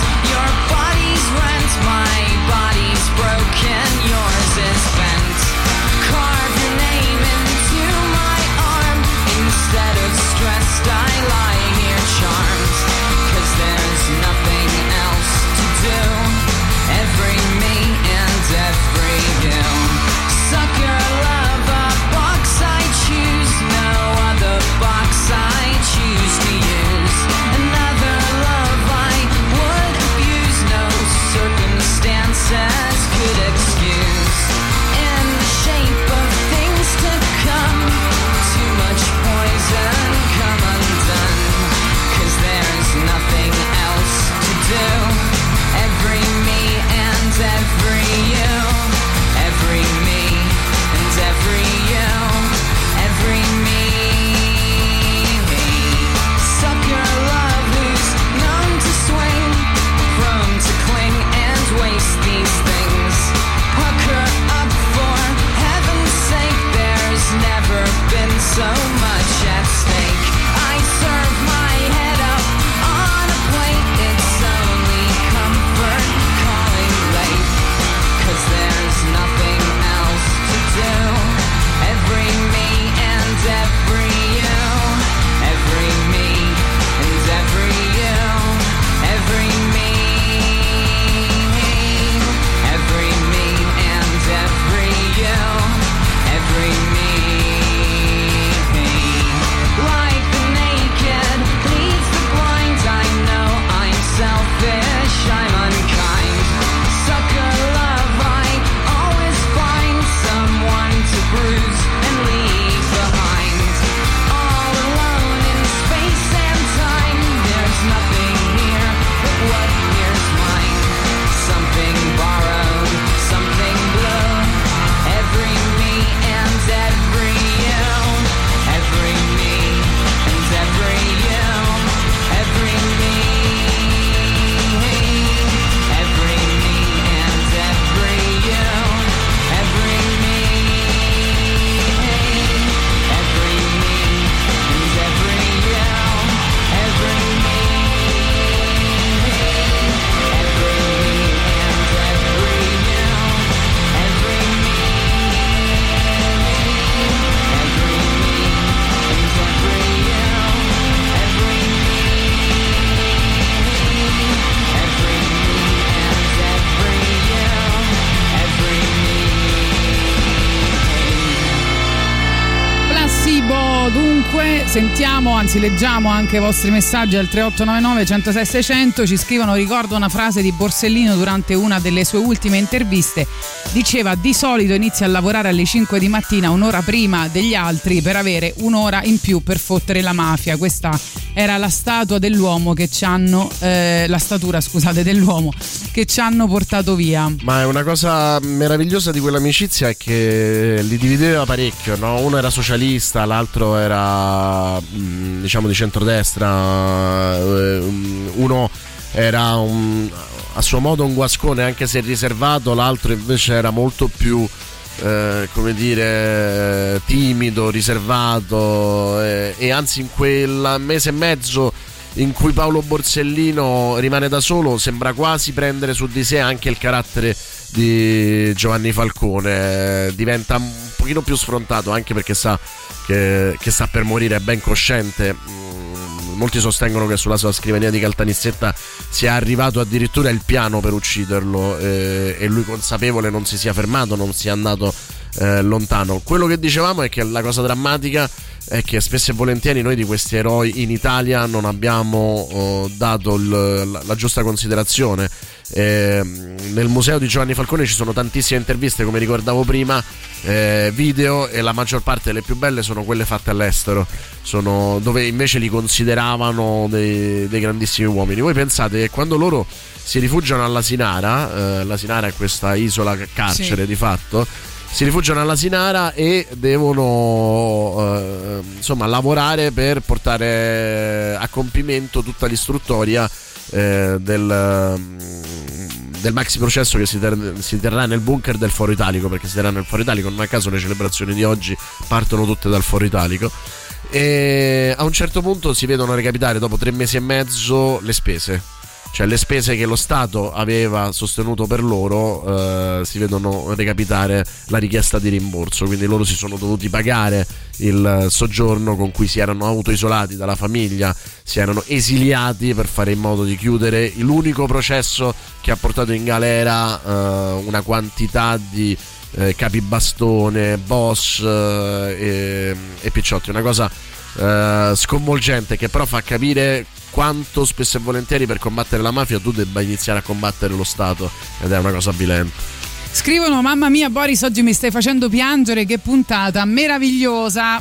Body's rent, my body's broken, yours is bent. Comunque sentiamo, anzi leggiamo anche i vostri messaggi al tre otto nove nove, uno zero sei, sei zero zero. Ci scrivono: ricordo una frase di Borsellino durante una delle sue ultime interviste, diceva: di solito inizia a lavorare alle cinque di mattina, un'ora prima degli altri, per avere un'ora in più per fottere la mafia. Questa era la statua dell'uomo che ci hanno eh, la statura scusate dell'uomo che ci hanno portato via. Ma è una cosa meravigliosa di quell'amicizia è che li divideva parecchio, no? Uno era socialista, l'altro era diciamo di centrodestra, uno era un, a suo modo un guascone anche se riservato, l'altro invece era molto più eh, come dire timido, riservato eh, e anzi in quel mese e mezzo in cui Paolo Borsellino rimane da solo sembra quasi prendere su di sé anche il carattere di Giovanni Falcone, diventa un pochino più sfrontato anche perché sa che, che sta per morire, è ben cosciente. Molti sostengono che sulla sua scrivania di Caltanissetta sia arrivato addirittura il piano per ucciderlo eh, e lui consapevole non si sia fermato, non sia andato eh, lontano. Quello che dicevamo è che la cosa drammatica è che spesso e volentieri noi di questi eroi in Italia non abbiamo oh, dato il, la, la giusta considerazione. Eh, nel museo di Giovanni Falcone ci sono tantissime interviste, come ricordavo prima, eh, video, e la maggior parte delle più belle sono quelle fatte all'estero, sono dove invece li consideravano dei, dei grandissimi uomini. Voi pensate che quando loro si rifugiano all'Asinara, eh, l'Asinara è questa isola carcere sì. di fatto, si rifugiano all'Asinara e devono eh, insomma lavorare per portare a compimento tutta l'istruttoria eh, del, del maxi processo che si, ter- si terrà nel bunker del Foro Italico, perché si terrà nel Foro Italico, non a caso le celebrazioni di oggi partono tutte dal Foro Italico, e a un certo punto si vedono recapitare dopo tre mesi e mezzo le spese. Cioè le spese che lo Stato aveva sostenuto per loro eh, si vedono recapitare la richiesta di rimborso, quindi loro si sono dovuti pagare il soggiorno con cui si erano autoisolati dalla famiglia, si erano esiliati per fare in modo di chiudere l'unico processo che ha portato in galera eh, una quantità di eh, capibastone, boss eh, e, e picciotti, una cosa eh, sconvolgente che però fa capire quanto spesso e volentieri per combattere la mafia tu debba iniziare a combattere lo Stato, ed è una cosa avvilente. Scrivono: mamma mia Boris, oggi mi stai facendo piangere, che puntata meravigliosa.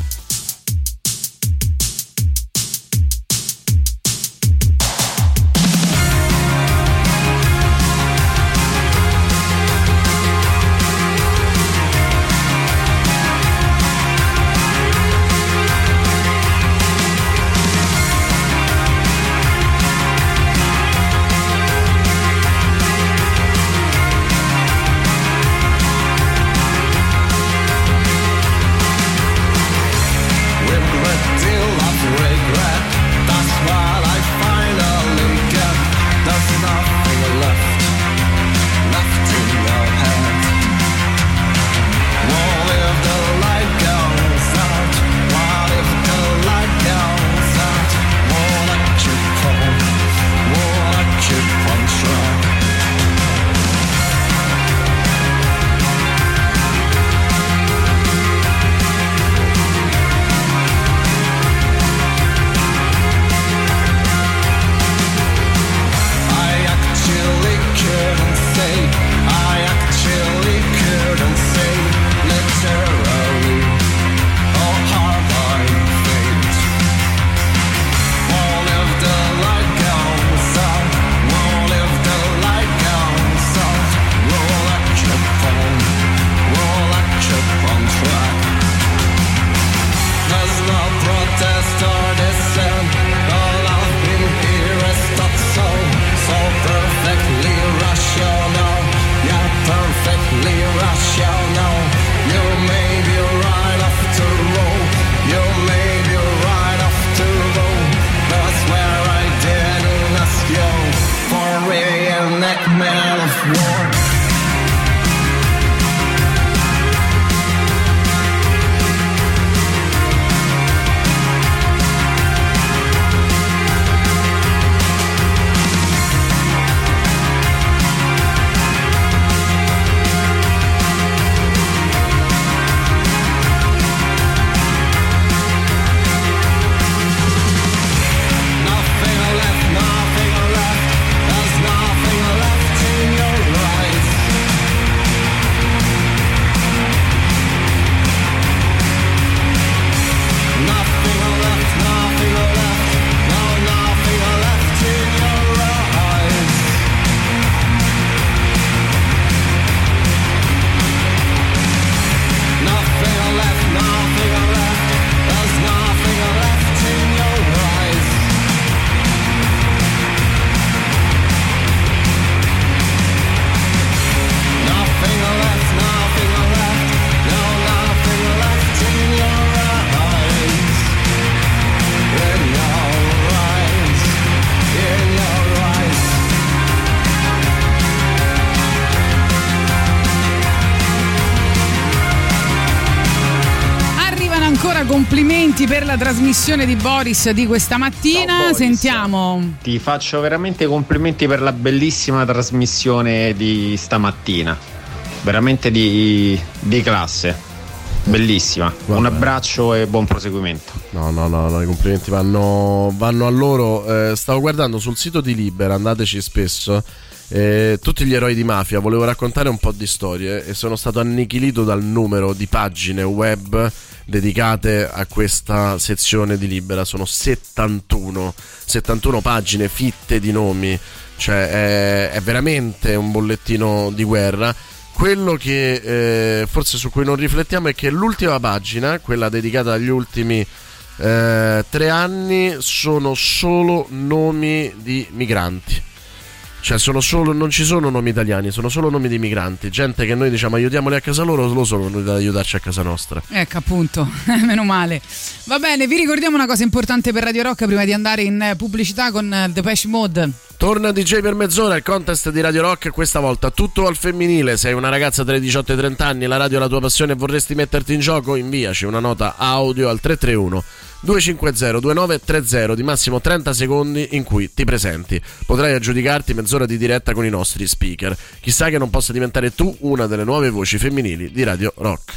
Allora, complimenti per la trasmissione di Boris di questa mattina. Ciao, Boris. Sentiamo. Ti faccio veramente complimenti per la bellissima trasmissione di stamattina, veramente di, di classe, bellissima. Vabbè. Un abbraccio e buon proseguimento. No, no, no, no, i complimenti vanno, vanno a loro. Eh, stavo guardando sul sito di Libera, andateci spesso. Eh, tutti gli eroi di mafia, volevo raccontare un po' di storie e sono stato annichilito dal numero di pagine web dedicate a questa sezione di Libera. Sono settantuno pagine fitte di nomi, cioè è, è veramente un bollettino di guerra. Quello che eh, forse su cui non riflettiamo è che l'ultima pagina, quella dedicata agli ultimi eh, tre anni, sono solo nomi di migranti. Cioè sono solo, non ci sono nomi italiani, sono solo nomi di migranti, gente che noi diciamo aiutiamoli a casa loro, lo sono venuti ad aiutarci a casa nostra. Ecco, appunto, meno male. Va bene, vi ricordiamo una cosa importante per Radio Rock prima di andare in pubblicità con Depeche Mode. Torna D J per mezz'ora, il contest di Radio Rock, questa volta tutto al femminile. Sei una ragazza tra i diciotto e i trenta anni, la radio è la tua passione e vorresti metterti in gioco? Inviaci una nota audio al tre tre uno due cinque zero due nove tre zero di massimo trenta secondi in cui ti presenti. Potrai aggiudicarti mezz'ora di diretta con i nostri speaker. Chissà che non possa diventare tu una delle nuove voci femminili di Radio Rock.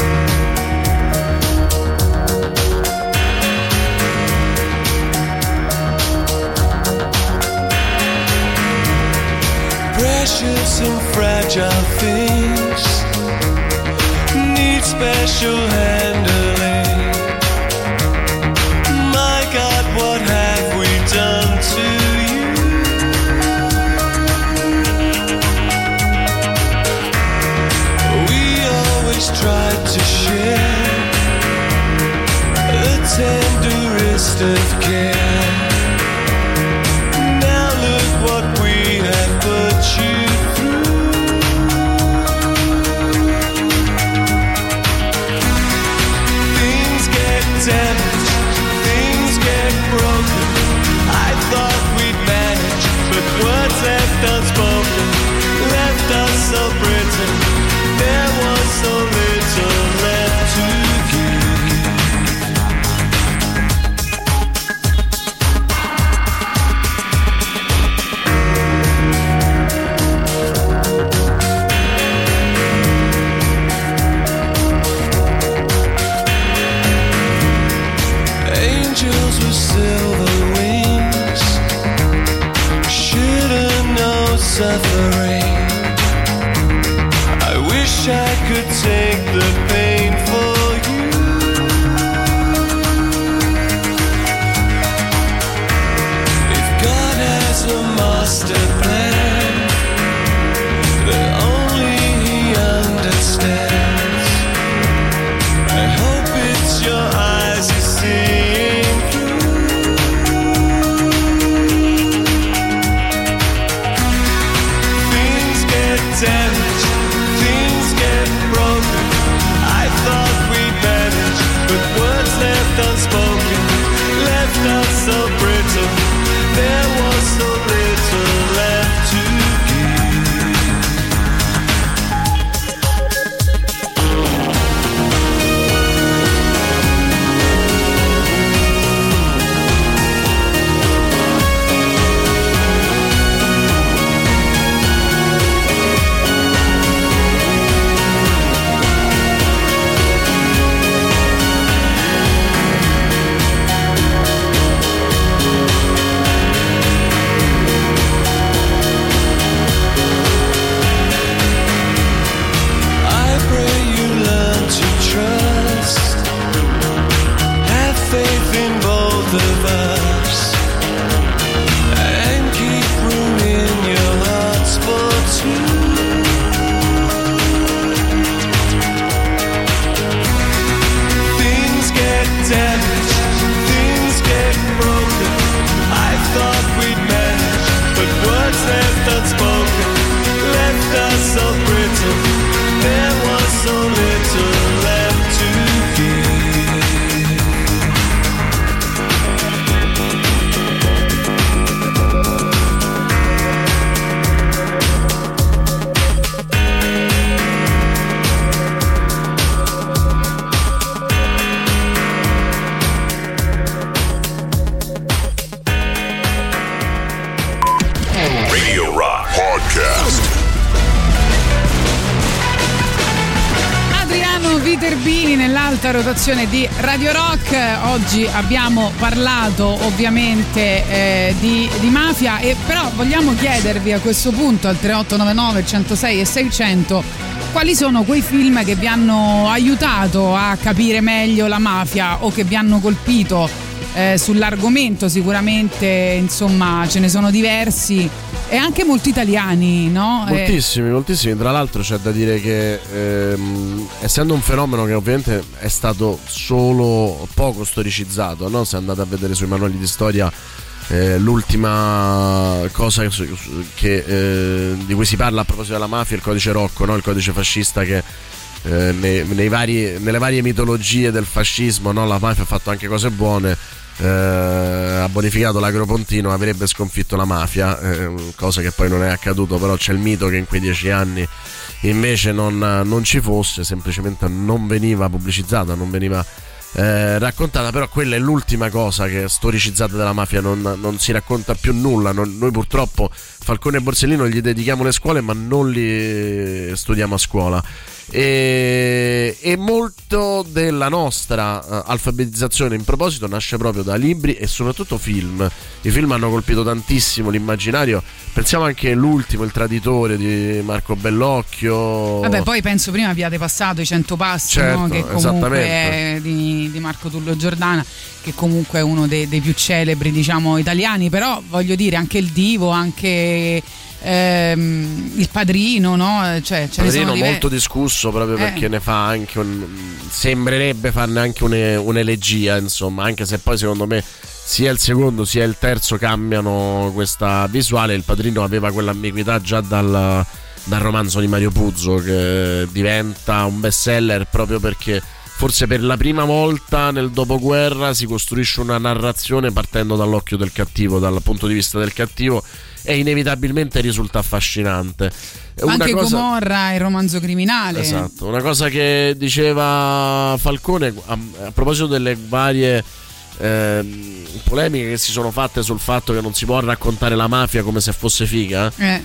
Precious and fragile things need special handling. My God, what have we done to you? We always tried to share the tenderest of care. Now look what we have put you through. Things get damaged, things get broken. I thought we'd manage, but words left unspoken left us so brittle. There was so little left to give. Angels with silver wings should've known suffering. I wish I could take the pain for you. If God has a master plan that only He understands, I hope it's your eyes you see. Damaged, things get broken. I thought we'd manage, but words left unspoken left us so brittle. There was so little left to Terbini nell'alta rotazione di Radio Rock. Oggi abbiamo parlato ovviamente eh, di, di mafia, e però vogliamo chiedervi a questo punto al tre otto nove nove centosei e seicento quali sono quei film che vi hanno aiutato a capire meglio la mafia o che vi hanno colpito eh, sull'argomento. Sicuramente, insomma, ce ne sono diversi e anche molti italiani, no? Moltissimi, eh. moltissimi. Tra l'altro c'è da dire che ehm, essendo un fenomeno che ovviamente è stato solo poco storicizzato, no? Se andate a vedere sui manuali di storia, eh, l'ultima cosa che, eh, di cui si parla a proposito della mafia è il codice Rocco, no? Il codice fascista che eh, nei, nei vari, nelle varie mitologie del fascismo, no? La mafia ha fatto anche cose buone. Eh, ha bonificato l'Agropontino, avrebbe sconfitto la mafia, eh, cosa che poi non è accaduto, però c'è il mito che in quei dieci anni invece non, non ci fosse, semplicemente non veniva pubblicizzata, non veniva eh, raccontata. Però quella è l'ultima cosa che storicizzata della mafia, non, non si racconta più nulla. Non, noi purtroppo Falcone e Borsellino gli dedichiamo le scuole, ma non li studiamo a scuola. E, e molto della nostra uh, alfabetizzazione in proposito nasce proprio da libri e soprattutto film. I film hanno colpito tantissimo l'immaginario. Pensiamo anche all'ultimo, Il Traditore di Marco Bellocchio. Vabbè, poi penso prima abbiate passato I Cento Passi, certo, no? Che comunque è di, di Marco Tullio Giordana, che comunque è uno dei, dei più celebri, diciamo, italiani. Però voglio dire, anche Il Divo, anche ehm, Il Padrino, no? Cioè, ce ne sono molto discusso proprio eh. perché ne fa anche un, sembrerebbe farne anche une, un'elegia, insomma, anche se poi secondo me sia il secondo sia il terzo cambiano questa visuale. Il Padrino aveva quell'ambiguità già dal, dal romanzo di Mario Puzo, che diventa un bestseller proprio perché forse per la prima volta nel dopoguerra si costruisce una narrazione partendo dall'occhio del cattivo, dal punto di vista del cattivo, e inevitabilmente risulta affascinante. Una anche cosa... Gomorra, il romanzo criminale. Esatto, una cosa che diceva Falcone a, a proposito delle varie eh, polemiche che si sono fatte sul fatto che non si può raccontare la mafia come se fosse figa. Eh.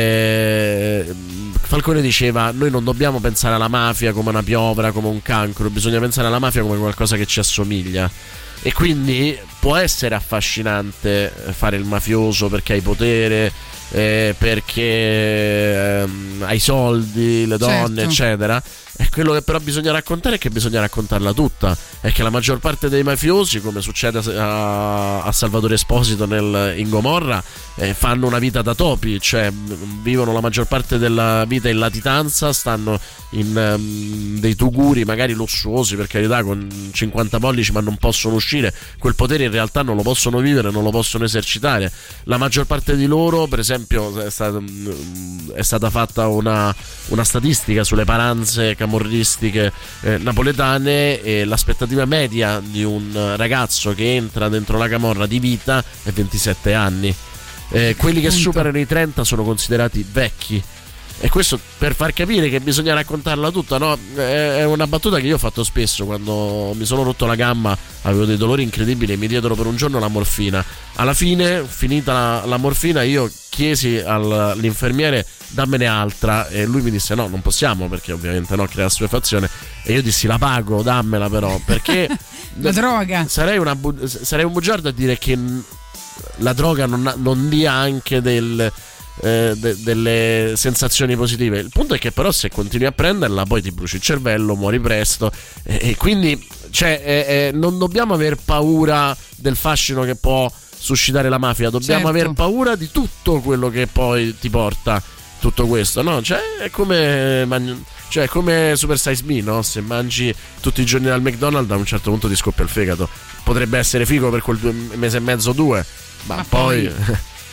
Eh, Falcone diceva: noi non dobbiamo pensare alla mafia come una piovra, come un cancro, bisogna pensare alla mafia come qualcosa che ci assomiglia. E quindi può essere affascinante fare il mafioso perché hai potere, eh, perché eh, hai soldi, le donne, certo, eccetera. E quello che però bisogna raccontare è che bisogna raccontarla tutta. È che la maggior parte dei mafiosi, come succede a, a Salvatore Esposito nel, in Gomorra, eh, fanno una vita da topi, cioè vivono la maggior parte della vita in latitanza, stanno in um, dei tuguri magari lussuosi, per carità, con cinquanta pollici, ma non possono uscire. Quel potere in realtà non lo possono vivere, non lo possono esercitare. La maggior parte di loro, per esempio, è stata, è stata fatta una, una statistica sulle paranze camorristiche eh, napoletane, e l'aspettativa media di un ragazzo che entra dentro la camorra di vita è ventisette anni. Eh, quelli che superano i trenta sono considerati vecchi. E questo per far capire che bisogna raccontarla tutta, no? È una battuta che io ho fatto spesso quando mi sono rotto la gamba, avevo dei dolori incredibili e mi diedero per un giorno la morfina. Alla fine, finita la, la morfina, io chiesi all'infermiere: dammene altra, e lui mi disse: no, non possiamo, perché ovviamente no, crea assuefazione. E io dissi: la pago, dammela però, perché la droga. Sarei, una bu- sarei un bugiardo a dire che la droga non, non dia anche del Eh, de- delle sensazioni positive. Il punto è che però se continui a prenderla poi ti bruci il cervello, muori presto, e, e quindi cioè, eh, eh, non dobbiamo aver paura del fascino che può suscitare la mafia, dobbiamo certo. aver paura di tutto quello che poi ti porta tutto questo, no? Cioè è come man- cioè è come Super Size Me, no? Se mangi tutti i giorni dal McDonald's, a un certo punto ti scoppia il fegato. Potrebbe essere figo per quel mese e mezzo, due, ma, ma poi, poi...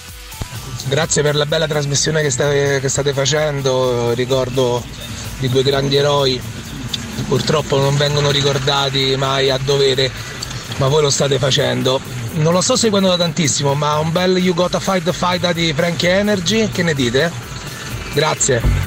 Grazie per la bella trasmissione che state, che state facendo. Ricordo di due grandi eroi, purtroppo non vengono ricordati mai a dovere, ma voi lo state facendo. Non lo sto seguendo da tantissimo, ma un bel You Gotta Fight the Fight di Frankie Energy, che ne dite? Grazie.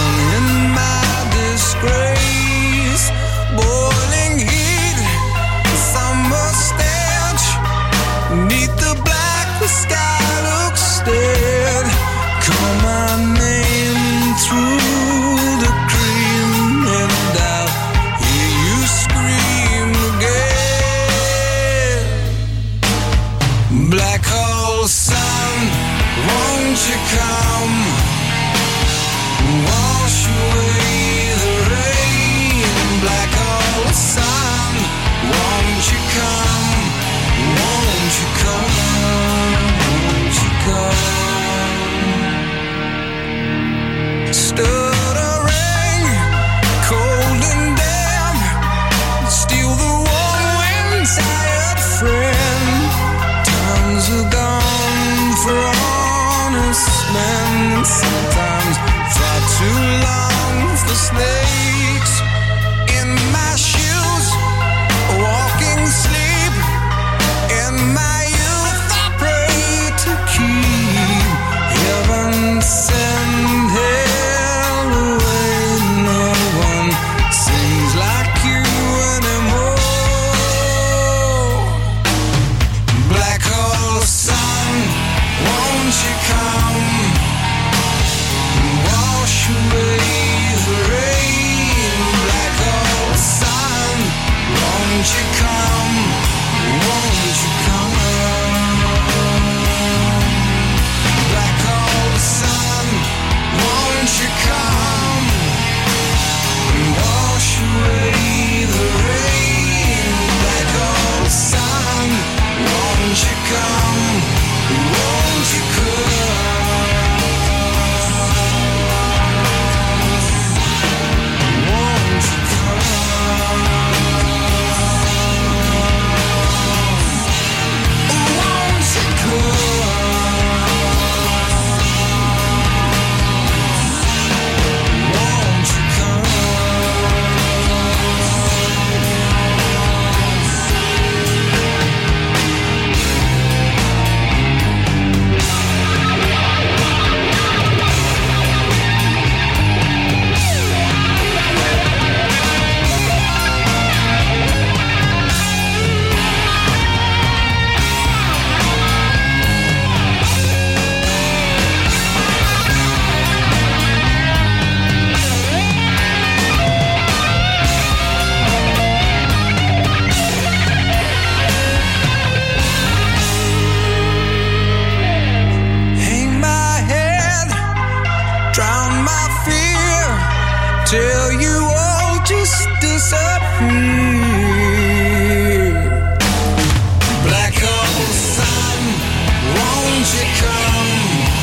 stuttering, cold and damp, still the warm wind, tired friend. Times are gone for honest men, sometimes far too long for snakes. In my shoes, walking sleep, in my youth I pray to keep heaven send hell away. No one sings like you anymore. Black hole sun, won't you come wash away the rain? Black hole sun, won't you come, won't you come? Black hole sun, won't you come wash away the rain? Black hole sun, won't you come, won't you come? Won't you come? Won't you come? Won't you come? Hang my head, drown my fear, till you all just disappear. Black hole sun, won't you come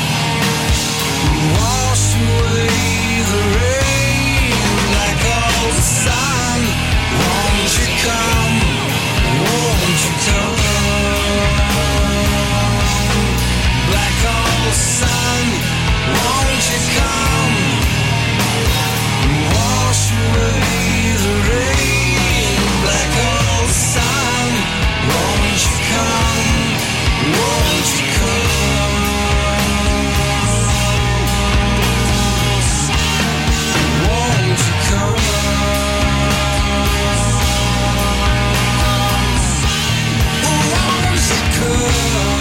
wash away the rain? Black hole sun, won't you come, won't you come? Black hole sun, won't you come wash away the rain? Black hole sun, won't you come, won't you come? Won't you come? Won't you come?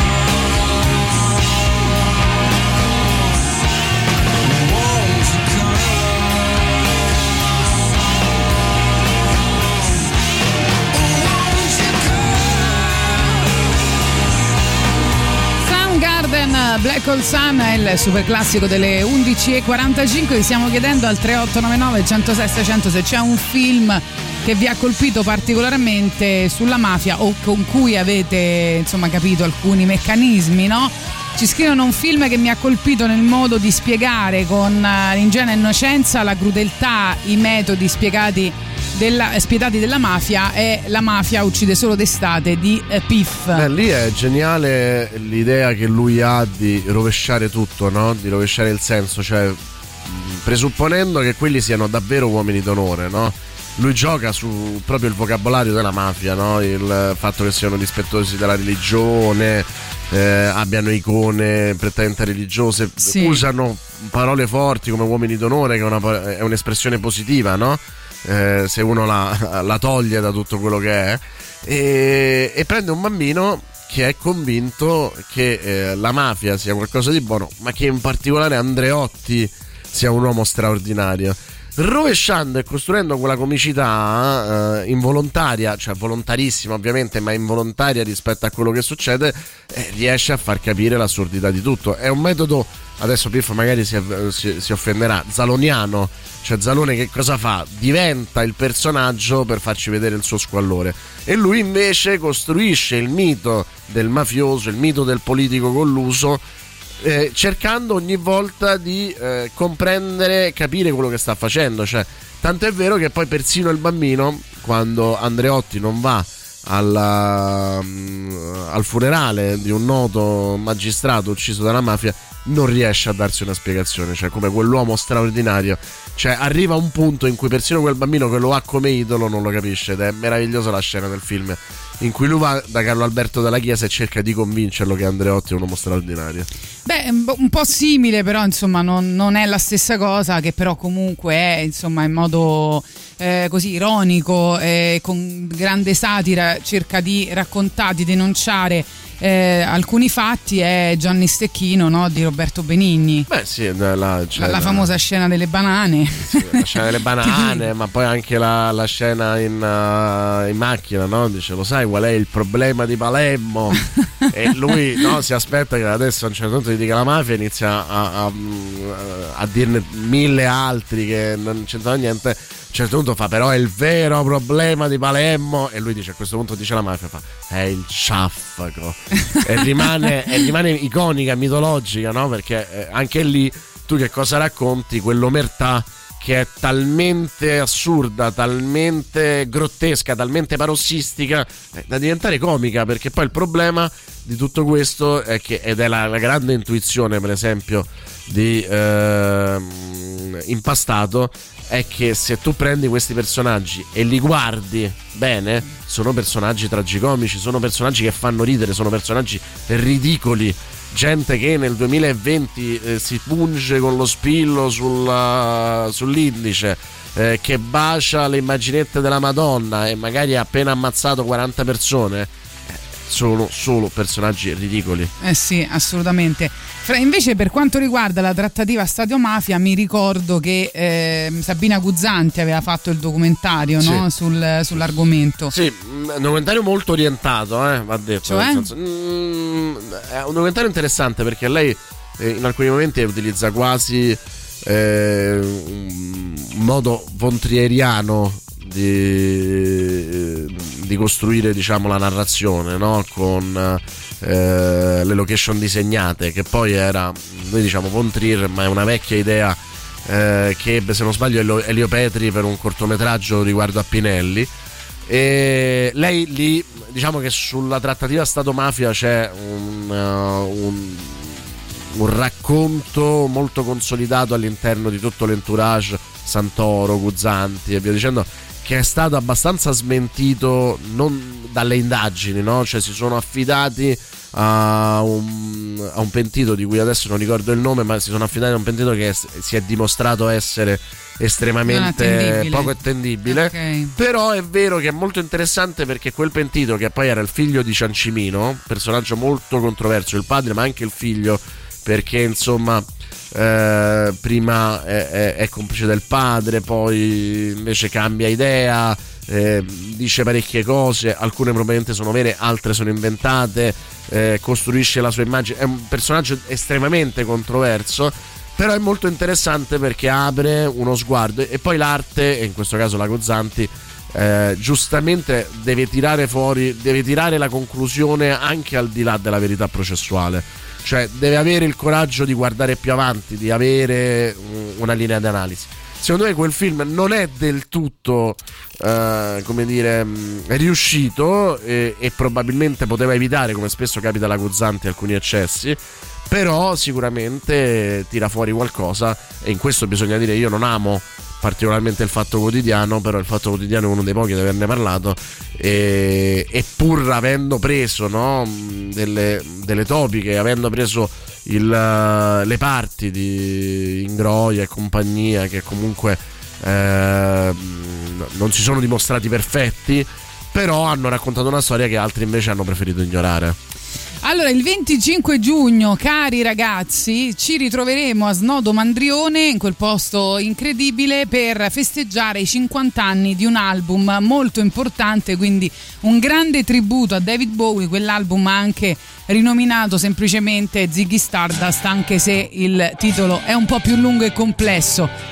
Soundgarden, Black Hole Sun è il super classico delle undici e quarantacinque. Vi stiamo chiedendo al tre otto nove nove uno zero sei sei zero zero se c'è un film che vi ha colpito particolarmente sulla mafia o con cui avete insomma capito alcuni meccanismi, no? Ci scrivono un film che mi ha colpito nel modo di spiegare con l'ingenua innocenza la crudeltà, i metodi spiegati della, spietati della mafia, e La mafia uccide solo d'estate di eh, Piff. Eh, lì è geniale l'idea che lui ha di rovesciare tutto, no? Di rovesciare il senso, cioè presupponendo che quelli siano davvero uomini d'onore, no? Lui gioca su proprio il vocabolario della mafia, no? Il fatto che siano rispettosi della religione, eh, abbiano icone prettamente religiose, sì. Usano parole forti come uomini d'onore, che è, una, è un'espressione positiva, no? Eh, se uno la, la toglie da tutto quello che è, e, e prende un bambino che è convinto che eh, la mafia sia qualcosa di buono, ma che in particolare Andreotti sia un uomo straordinario, rovesciando e costruendo quella comicità eh, involontaria, cioè volontarissima ovviamente, ma involontaria rispetto a quello che succede, eh, riesce a far capire l'assurdità di tutto. È un metodo, adesso Piff magari si, si, si offenderà, zaloniano, cioè Zalone che cosa fa? Diventa il personaggio per farci vedere il suo squallore, e lui invece costruisce il mito del mafioso, il mito del politico colluso eh, cercando ogni volta di eh, comprendere, capire quello che sta facendo, cioè, tanto è vero che poi persino il bambino, quando Andreotti non va alla, um, al funerale di un noto magistrato ucciso dalla mafia, non riesce a darsi una spiegazione, cioè come quell'uomo straordinario, cioè arriva un punto in cui persino quel bambino che lo ha come idolo non lo capisce, ed è meravigliosa la scena del film in cui lui va da Carlo Alberto Dalla Chiesa e cerca di convincerlo che Andreotti è un uomo straordinario. Beh, un po' simile, però insomma non, non è la stessa cosa, che però comunque è insomma in modo eh, così ironico, eh, con grande satira cerca di raccontare, di denunciare eh, alcuni fatti. È Gianni Stecchino, no? Di Roberto Benigni. Beh sì, la, la, la, la famosa scena delle banane. Sì, la scena delle banane, ma poi anche la, la scena in, uh, in macchina, no? Dice: lo sai qual è il problema di Palermo? E lui, no, si aspetta che adesso a un certo punto gli dica la mafia, inizia a, a, a dirne mille altri che non c'entrano niente. A un certo punto fa: però è il vero problema di Palermo. E lui dice, a questo punto dice la mafia, fa: è il ciaffaco. E rimane, e rimane iconica, mitologica, no? Perché eh, anche lì tu che cosa racconti? Quell'omertà che è talmente assurda, talmente grottesca, talmente parossistica eh, da diventare comica, perché poi il problema di tutto questo è che, ed è la, la grande intuizione per esempio di eh, Impastato, è che se tu prendi questi personaggi e li guardi bene, sono personaggi tragicomici, sono personaggi che fanno ridere, sono personaggi ridicoli, gente che nel duemilaventi eh, si punge con lo spillo sulla, sull'indice, eh, che bacia le immaginette della Madonna e magari ha appena ammazzato quaranta persone. eh, sono solo personaggi ridicoli. Eh sì, assolutamente. Fra, invece per quanto riguarda la trattativa Stato-mafia, mi ricordo che eh, Sabina Guzzanti aveva fatto il documentario, sì. no? Sul, sull'argomento. Sì, un documentario molto orientato, eh, va detto. Cioè? Nel senso, mm, è un documentario interessante perché lei eh, in alcuni momenti utilizza quasi eh, un modo von trieriano di, di costruire, diciamo, la narrazione, no? Con eh, le location disegnate, che poi era, noi diciamo von Trier, ma è una vecchia idea eh, che ebbe, se non sbaglio, Elio Petri per un cortometraggio riguardo a Pinelli. E lei lì, diciamo che sulla trattativa Stato-mafia c'è un, uh, un, un racconto molto consolidato all'interno di tutto l'entourage Santoro, Guzzanti e via dicendo, che è stato abbastanza smentito non dalle indagini, no? Cioè si sono affidati a un, a un pentito di cui adesso non ricordo il nome, ma si sono affidati a un pentito che è, si è dimostrato essere estremamente poco attendibile. Okay. Però è vero che è molto interessante perché quel pentito, che poi era il figlio di Ciancimino, personaggio molto controverso, il padre ma anche il figlio, perché insomma eh, prima è, è, è complice del padre, poi invece cambia idea, eh, dice parecchie cose, alcune probabilmente sono vere, altre sono inventate, eh, costruisce la sua immagine, è un personaggio estremamente controverso, però è molto interessante perché apre uno sguardo. E poi l'arte, e in questo caso la Guzzanti, eh, giustamente deve tirare fuori, deve tirare la conclusione anche al di là della verità processuale, cioè deve avere il coraggio di guardare più avanti, di avere una linea di analisi. Secondo me quel film non è del tutto eh, come dire riuscito e, e probabilmente poteva evitare, come spesso capita alla Guzzanti, alcuni eccessi, però sicuramente tira fuori qualcosa. E in questo bisogna dire, io non amo particolarmente il Fatto Quotidiano, però il Fatto Quotidiano è uno dei pochi di averne parlato, e, e pur avendo preso, no, delle, delle topiche, avendo preso il, le parti di Ingroia e compagnia, che comunque eh, non si sono dimostrati perfetti, però hanno raccontato una storia che altri invece hanno preferito ignorare. Allora, il venticinque giugno, cari ragazzi, ci ritroveremo a Snodo Mandrione, in quel posto incredibile, per festeggiare i cinquanta anni di un album molto importante, quindi un grande tributo a David Bowie. Quell'album ha anche rinominato semplicemente Ziggy Stardust, anche se il titolo è un po' più lungo e complesso.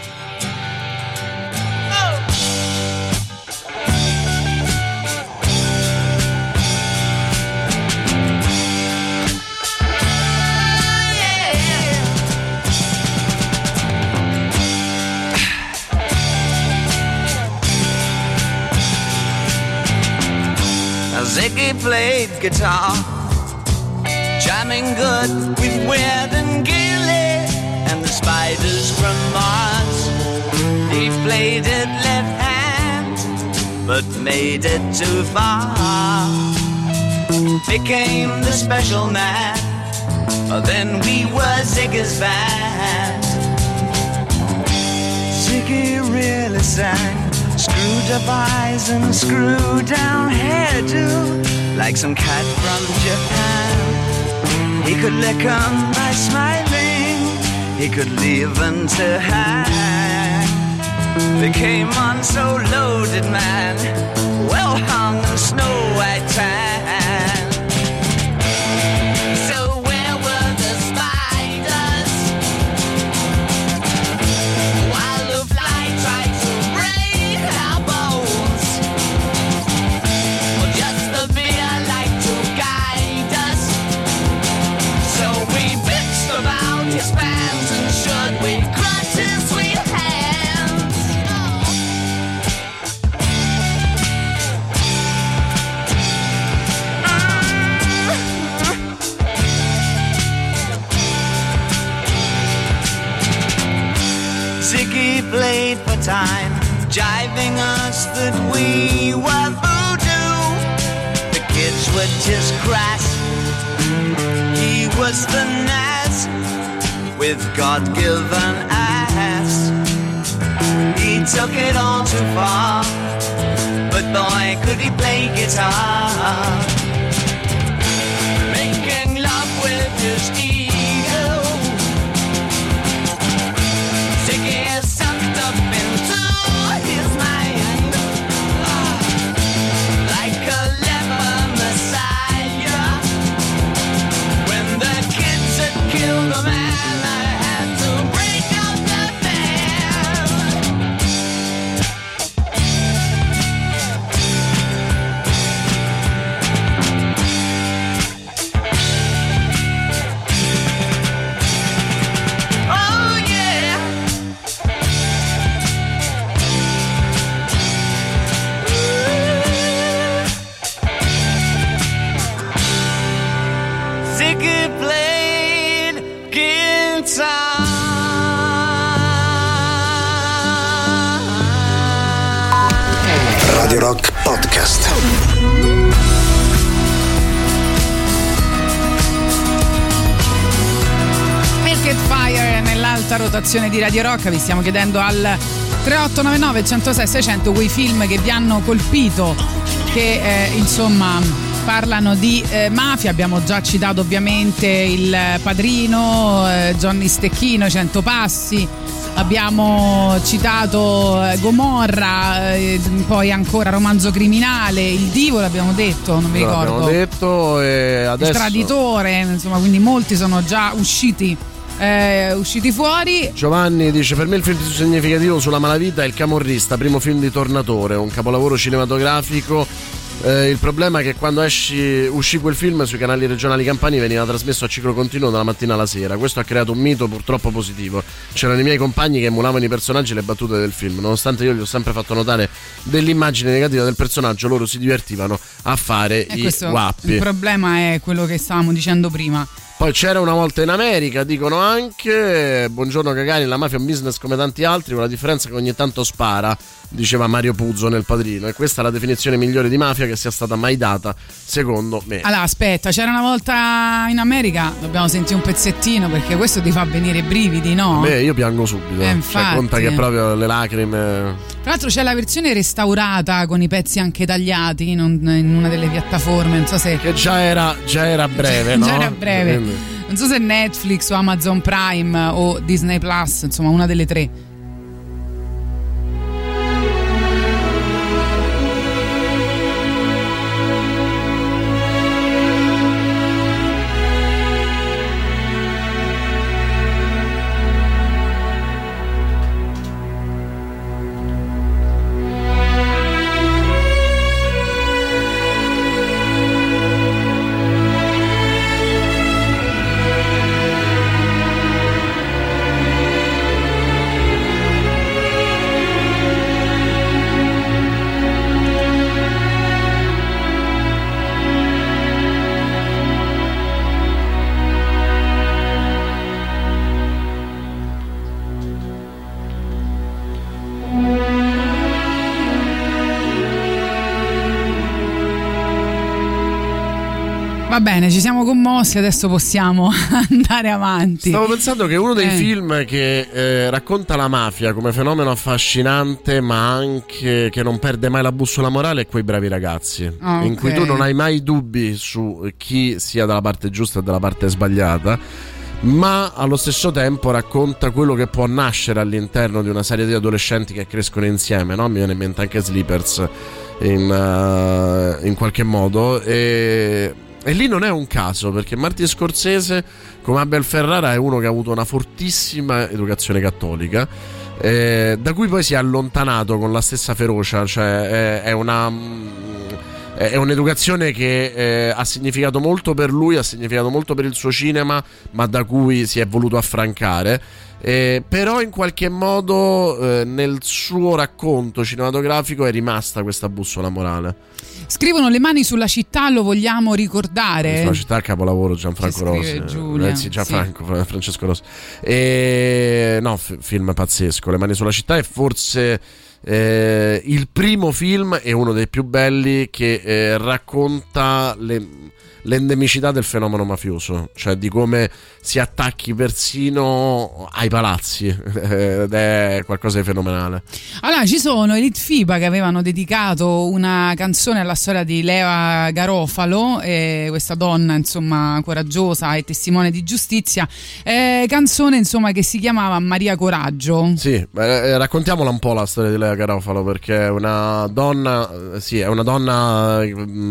Ziggy played guitar, jamming good with Weird and Gilly and the Spiders from Mars. He played it left hand, but made it too far. Became the special man, then we were Ziggy's band. Ziggy really sang, screwed up eyes and screwed down hairdo, like some cat from Japan. He could lick 'em by smiling, he could leave 'em to hang. They came on so loaded, man, well hung in snow white tan. So where were the spiders while the fly tried to break our bones? Or just the beer like to guide us? So we bitched about his fans and should we crush his sweet hands? Ziggy played for time, jiving us that we were voodoo. The kids were just crass, he was the Nas with God-given ass. He took it all too far, but boy could he play guitar. Making love with his ego, Ziggy is sucked up into his mind, like a leper messiah. When the kids had killed the man, I had to break up the band. Oh yeah. Ziggy played guitar. Radio Rock Podcast. Arcade Fire nell'alta rotazione di Radio Rock. Vi stiamo chiedendo al tre otto nove nove centosei seicento quei film che vi hanno colpito, che eh, insomma parlano di eh, mafia. Abbiamo già citato ovviamente Il Padrino, eh, Johnny Stecchino, Cento Passi, abbiamo citato eh, Gomorra, eh, poi ancora Romanzo Criminale, Il Divo l'abbiamo detto, non mi Allora, ricordo, Abbiamo detto e adesso Il Traditore, insomma, quindi molti sono già usciti eh, usciti fuori. Giovanni dice: per me il film più significativo sulla malavita è Il Camorrista, primo film di Tornatore, un capolavoro cinematografico. Eh, il problema è che quando esci, uscì quel film sui canali regionali campani veniva trasmesso a ciclo continuo dalla mattina alla sera. Questo ha creato un mito purtroppo positivo. C'erano i miei compagni che emulavano i personaggi e le battute del film. Nonostante io gli ho sempre fatto notare dell'immagine negativa del personaggio, loro si divertivano a fare E i questo, guappi. il problema è quello che stavamo dicendo prima. Poi C'era una volta in America, dicono anche. Buongiorno Gagarin, la mafia è un business come tanti altri, con la differenza che ogni tanto spara, diceva Mario Puzo nel Padrino, e questa è la definizione migliore di mafia che sia stata mai data, secondo me. Allora aspetta, C'era una volta in America, dobbiamo sentire un pezzettino perché questo ti fa venire i brividi, no? Beh, io piango subito, Eh, cioè, infatti. conta che proprio le lacrime. Tra l'altro c'è la versione restaurata con i pezzi anche tagliati non- in una delle piattaforme, non so se... Che già era, già era breve, no? Già era breve. Quindi- Non so se Netflix o Amazon Prime o Disney Plus, insomma una delle tre. Va bene, ci siamo commossi, adesso possiamo andare avanti. Stavo pensando che uno dei eh. film che eh, racconta la mafia come fenomeno affascinante, ma anche che non perde mai la bussola morale, è Quei bravi ragazzi, okay. in cui tu non hai mai dubbi su chi sia dalla parte giusta e dalla parte sbagliata, ma allo stesso tempo racconta quello che può nascere all'interno di una serie di adolescenti che crescono insieme, no? Mi viene in mente anche Sleepers in, uh, in qualche modo, e E lì non è un caso, perché Martin Scorsese, come Abel Ferrara, è uno che ha avuto una fortissima educazione cattolica, eh, da cui poi si è allontanato con la stessa ferocia. Cioè è, è una è un'educazione che eh, ha significato molto per lui, ha significato molto per il suo cinema, ma da cui si è voluto affrancare. Eh, però in qualche modo eh, nel suo racconto cinematografico è rimasta questa bussola morale. Scrivono: Le mani sulla città, lo vogliamo ricordare. Sulla città, capolavoro Gianfranco Rossi. Giulia, eh, sì, Gianfranco, sì. Francesco Rossi. E, no, f- film pazzesco. Le mani sulla città è forse eh, il primo film e uno dei più belli che eh, racconta le, l'endemicità del fenomeno mafioso, cioè di come si attacchi persino ai palazzi, ed è qualcosa di fenomenale. Allora, ci sono Elite FIBA che avevano dedicato una canzone alla storia di Lea Garofalo, eh, questa donna insomma coraggiosa e testimone di giustizia, eh, canzone insomma che si chiamava Maria Coraggio. Sì, eh, raccontiamola un po' la storia di Lea Garofalo, perché è una donna, sì, è una donna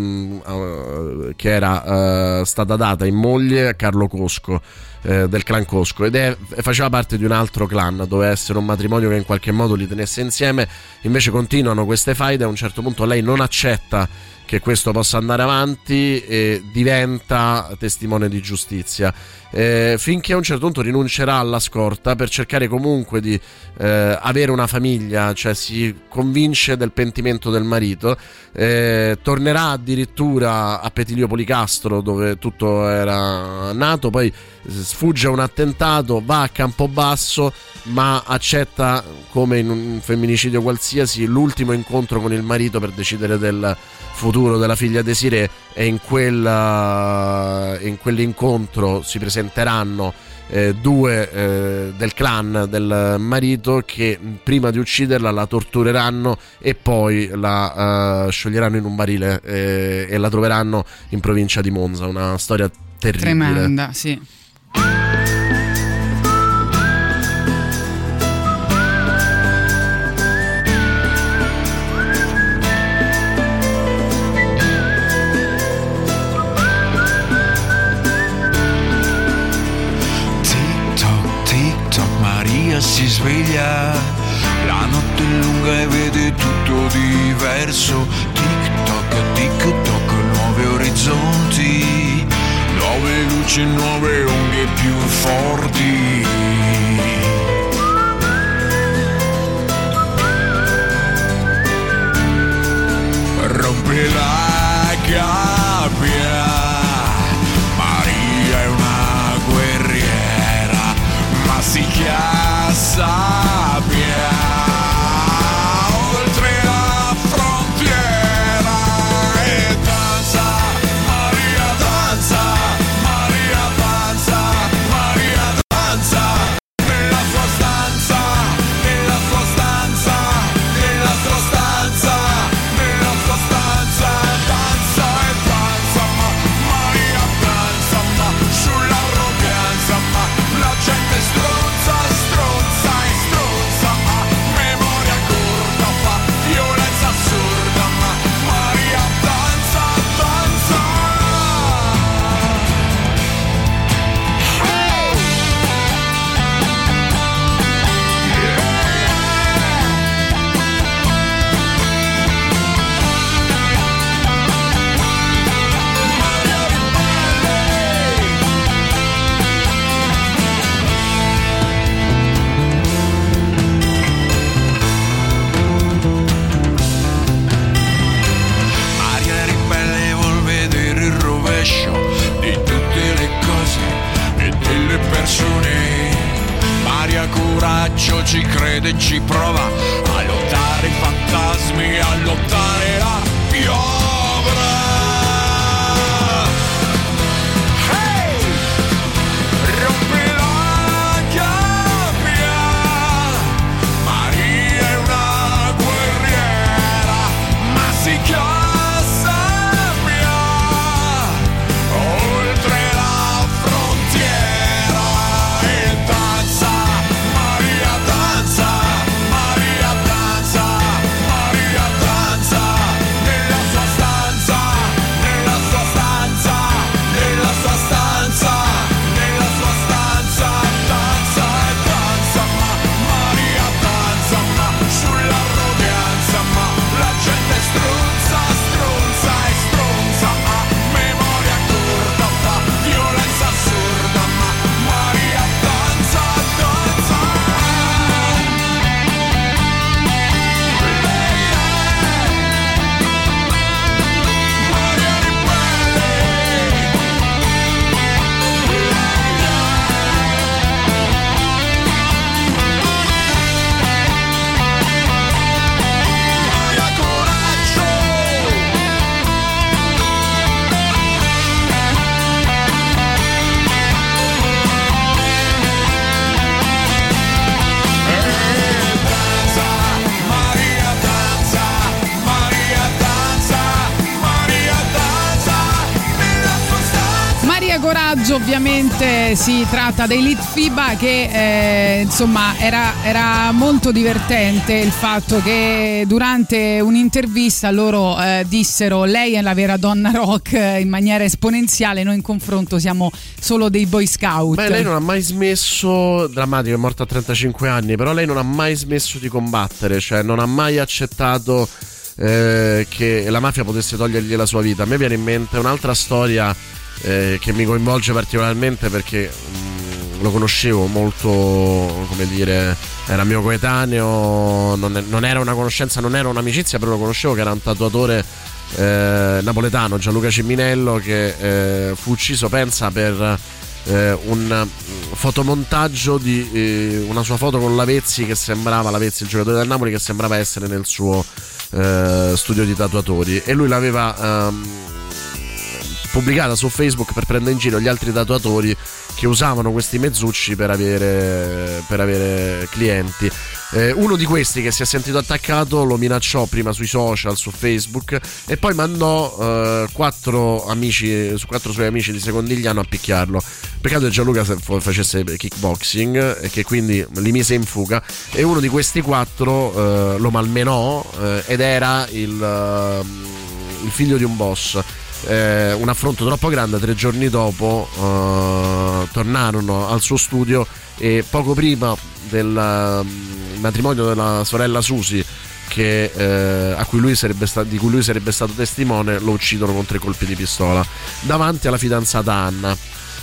mh, che era Uh, stata data in moglie a Carlo Cosco, uh, del clan Cosco, ed è, faceva parte di un altro clan, doveva essere un matrimonio che in qualche modo li tenesse insieme. Invece continuano queste faide, a un certo punto lei non accetta che questo possa andare avanti e diventa testimone di giustizia, eh, finché a un certo punto rinuncerà alla scorta per cercare comunque di eh, avere una famiglia, cioè si convince del pentimento del marito, eh, tornerà addirittura a Petilio Policastro dove tutto era nato, poi sfugge a un attentato, va a Campobasso, ma accetta, come in un femminicidio qualsiasi, l'ultimo incontro con il marito per decidere del futuro della figlia Desiree, e in, quella, in quell'incontro si presenteranno eh, due eh, del clan del marito che prima di ucciderla la tortureranno e poi la uh, scioglieranno in un barile eh, e la troveranno in provincia di Monza. Una storia terribile. Tremenda, sì. Si sveglia, la notte è lunga e vede tutto diverso. Tic toc, tic toc, nuovi orizzonti, nuove luci, nuove onde più forti. Rompe la gabbia, Maria è una guerriera, ma si chiama sabbia, oltre la frontiera, e danza, Maria danza, Maria danza, Maria danza. e ci prova a lottare i fantasmi, a lottare la piovra. Hey! Rompi la gabbia, Maria è una guerriera, ma si casa mia oltre la frontiera e danza, Maria danza, Maria danza, Maria danza nella sua stanza, nella sua stanza, nella sua stanza, nella sua stanza, danza e danza, ma Maria danza, ma sull'arroganza, ma la gente struzza, struzza e stronza, a memoria corta, fa violenza assurda, ma Maria danza, danza. Maria Coraggio, ovviamente si tratta dei Litfiba, che eh, insomma era, era molto divertente il fatto che durante un'intervista loro eh, dissero: lei è la vera donna rock in maniera esponenziale, noi in confronto siamo solo dei boy scout. Beh, lei non ha mai smesso, drammatico, è morta a trentacinque anni, però lei non ha mai smesso di combattere, cioè non ha mai accettato eh, che la mafia potesse togliergli la sua vita. A me viene in mente un'altra storia eh, che mi coinvolge particolarmente, perché mh, lo conoscevo molto, come dire, era mio coetaneo, non, è, non era una conoscenza, non era un'amicizia, però lo conoscevo, che era un tatuatore eh, napoletano, Gianluca Ciminello, che eh, fu ucciso, pensa, per eh, un fotomontaggio di eh, una sua foto con Lavezzi, che sembrava Lavezzi, il giocatore del Napoli, che sembrava essere nel suo eh, studio di tatuatori, e lui l'aveva ehm, pubblicata su Facebook per prendere in giro gli altri tatuatori che usavano questi mezzucci per avere, per avere clienti. Eh, uno di questi, che si è sentito attaccato, lo minacciò prima sui social, su Facebook, e poi mandò eh, quattro amici, su quattro suoi amici di secondigliano a picchiarlo. Peccato che Gianluca facesse kickboxing e che quindi li mise in fuga, e uno di questi quattro eh, lo malmenò eh, ed era il, uh, il figlio di un boss. Eh, un affronto troppo grande. Tre giorni dopo eh, tornarono al suo studio, e poco prima del um, matrimonio della sorella Susi, che, eh, a cui lui sarebbe sta- di cui lui sarebbe stato testimone, lo uccidono con tre colpi di pistola davanti alla fidanzata Anna.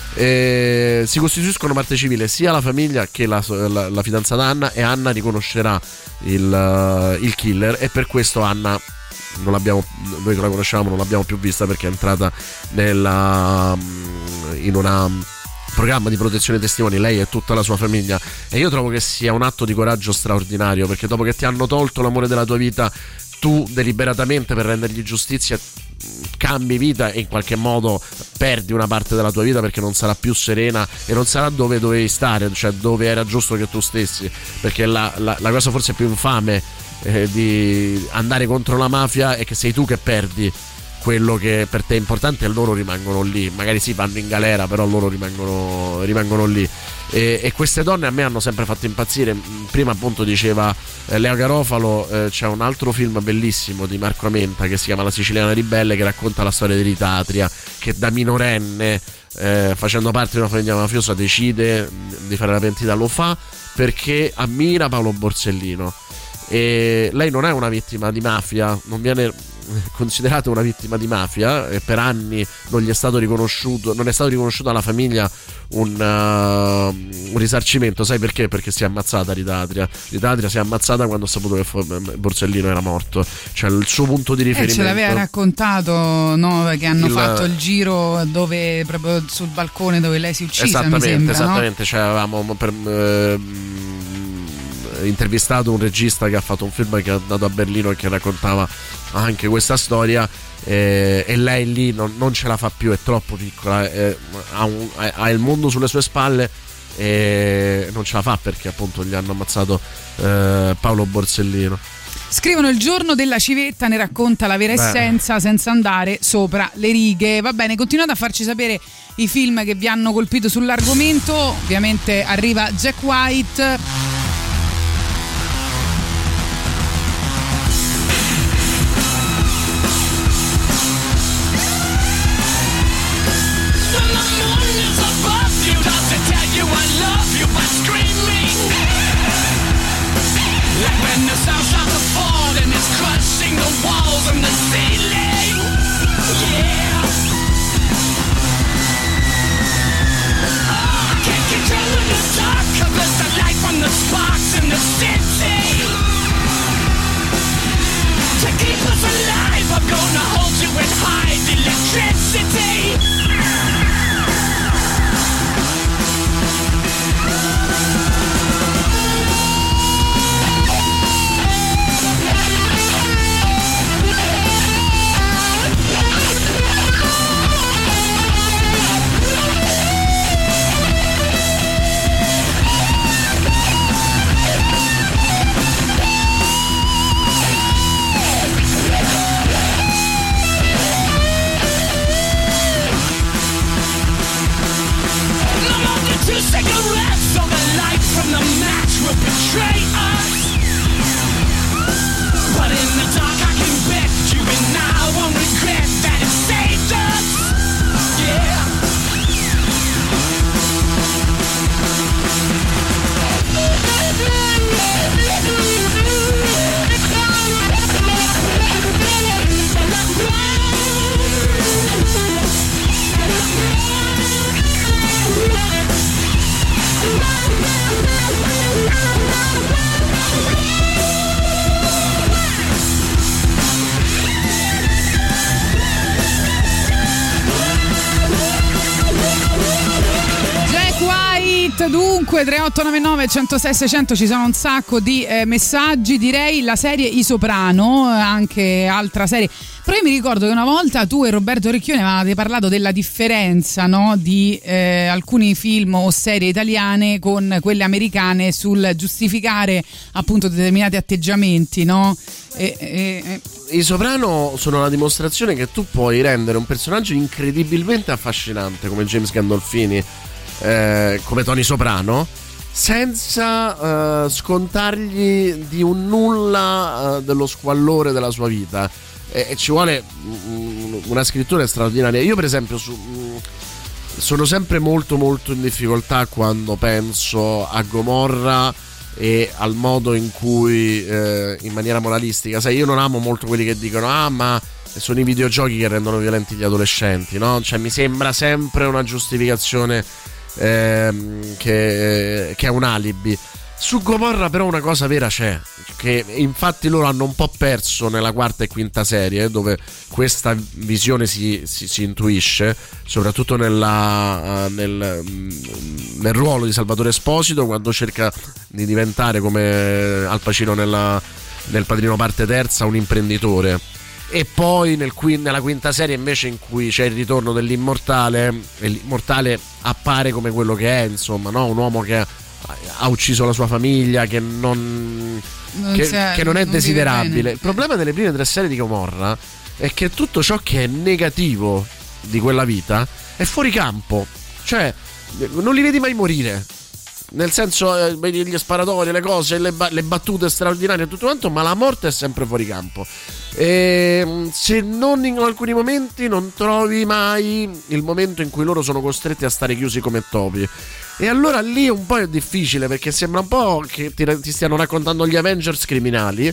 E si costituiscono parte civile sia la famiglia che la, la, la fidanzata Anna, e Anna riconoscerà il, uh, il killer, e per questo Anna non l'abbiamo, noi che la conoscevamo non l'abbiamo più vista, perché è entrata nella, in un programma di protezione testimoni, lei e tutta la sua famiglia. E io trovo che sia un atto di coraggio straordinario, perché dopo che ti hanno tolto l'amore della tua vita, tu deliberatamente, per rendergli giustizia, cambi vita e in qualche modo perdi una parte della tua vita, perché non sarà più serena e non sarà dove dovevi stare, cioè dove era giusto che tu stessi. Perché la, la, la cosa forse più infame eh, di andare contro la mafia è che sei tu che perdi quello che per te è importante, e loro rimangono lì. Magari sì, vanno in galera, però loro rimangono, rimangono lì. E, e queste donne a me hanno sempre fatto impazzire. Prima appunto diceva eh, Lea Garofalo, eh, c'è un altro film bellissimo di Marco Amenta che si chiama La Siciliana Ribelle, che racconta la storia di Rita Atria, che da minorenne, eh, facendo parte di una famiglia mafiosa, decide di fare la pentita. Lo fa perché ammira Paolo Borsellino, e lei non è una vittima di mafia, non viene considerata una vittima di mafia, e per anni non gli è stato riconosciuto, non è stato riconosciuto alla famiglia un, uh, un risarcimento. Sai perché? Perché si è ammazzata Rita Atria. Rita Atria si è ammazzata quando ha saputo che Borsellino era morto, cioè il suo punto di riferimento. Eh, ce l'aveva raccontato, no? Che hanno il... fatto il giro dove, proprio sul balcone dove lei si è uccisa, esattamente, mi sembra, esattamente, no? cioè avevamo per, eh, intervistato un regista che ha fatto un film che è andato a Berlino e che raccontava anche questa storia, eh, e lei lì non, non ce la fa più, è troppo piccola, eh, ha, un, ha il mondo sulle sue spalle e non ce la fa perché appunto gli hanno ammazzato eh, Paolo Borsellino. Scrivono: il giorno della civetta ne racconta la vera Beh. essenza senza andare sopra le righe. Va bene, continuate a farci sapere i film che vi hanno colpito sull'argomento. Ovviamente arriva Jack White. Dunque tre otto nove nove uno zero sei sei zero zero, ci sono un sacco di eh, messaggi. Direi la serie I Soprano, anche altra serie. Però io mi ricordo che una volta tu e Roberto Recchioni avevate parlato della differenza, no, di eh, alcuni film o serie italiane con quelle americane sul giustificare appunto determinati atteggiamenti, no? E, e, e... I Soprano sono la dimostrazione che tu puoi rendere un personaggio incredibilmente affascinante come James Gandolfini, Eh, come Tony Soprano, senza eh, scontargli di un nulla eh, dello squallore della sua vita, e, e ci vuole mh, una scrittura straordinaria. Io per esempio su, mh, sono sempre molto molto in difficoltà quando penso a Gomorra e al modo in cui eh, in maniera moralistica, sai, io non amo molto quelli che dicono ah ma sono i videogiochi che rendono violenti gli adolescenti, no? Cioè mi sembra sempre una giustificazione Ehm, che, che è un alibi. Su Gomorra però una cosa vera c'è, che infatti loro hanno un po' perso nella quarta e quinta serie, dove questa visione si, si, si intuisce, soprattutto nella, uh, nel, nel ruolo di Salvatore Esposito, quando cerca di diventare come Al Pacino nella, nel Padrino parte terza, un imprenditore. E poi nel, nella quinta serie invece, in cui c'è il ritorno dell'immortale, e l'immortale appare come quello che è, insomma, no? Un uomo che ha, ha ucciso la sua famiglia, che non, non, che, che non è non desiderabile. Il problema delle prime tre serie di Gomorra è che tutto ciò che è negativo di quella vita è fuori campo, cioè non li vedi mai morire. Nel senso, eh, vedi gli sparatori, le cose, le, ba- le battute straordinarie e tutto quanto, ma la morte è sempre fuori campo. E se non in alcuni momenti non trovi mai il momento in cui loro sono costretti a stare chiusi come topi. E allora lì un po' è difficile, perché sembra un po' che ti, ti stiano raccontando gli Avengers criminali.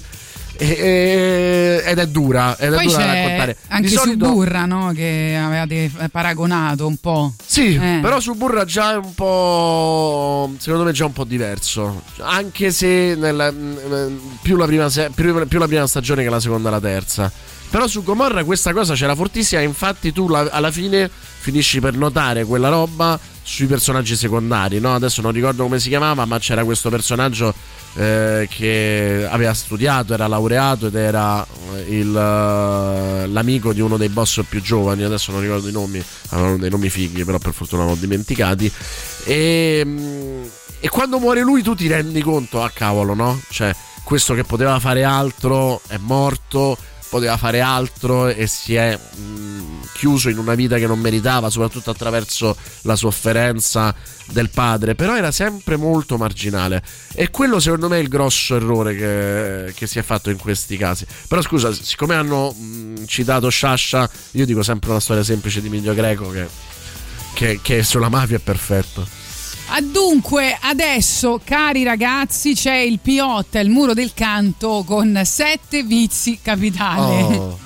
E, ed è dura ed è poi dura c'è da raccontare anche di su solito... Burra, no? Che avevate paragonato un po'. Sì, eh. però su Burra già è un po', secondo me già un po' diverso, anche se nella, più, la prima se... più, più la prima stagione che la seconda e la terza. Però su Gomorra questa cosa c'era fortissima, infatti tu la, alla fine finisci per notare quella roba sui personaggi secondari, no? Adesso non ricordo come si chiamava, ma c'era questo personaggio eh, che aveva studiato, era laureato ed era il, l'amico di uno dei boss più giovani, adesso non ricordo i nomi, avevano dei nomi fighi, però per fortuna non ho dimenticati. E, e quando muore lui tu ti rendi conto, ah cavolo, no? Cioè, questo che poteva fare altro è morto, poteva fare altro e si è mh, chiuso in una vita che non meritava, soprattutto attraverso la sofferenza del padre, però era sempre molto marginale, e quello secondo me è il grosso errore che, che si è fatto in questi casi. Però scusa, siccome hanno mh, citato Sciascia, io dico sempre una storia semplice di Emilio Greco che, che, che sulla mafia è perfetto. Ah, dunque, adesso, cari ragazzi, c'è il Piotta, il muro del canto con sette vizi capitali. Oh.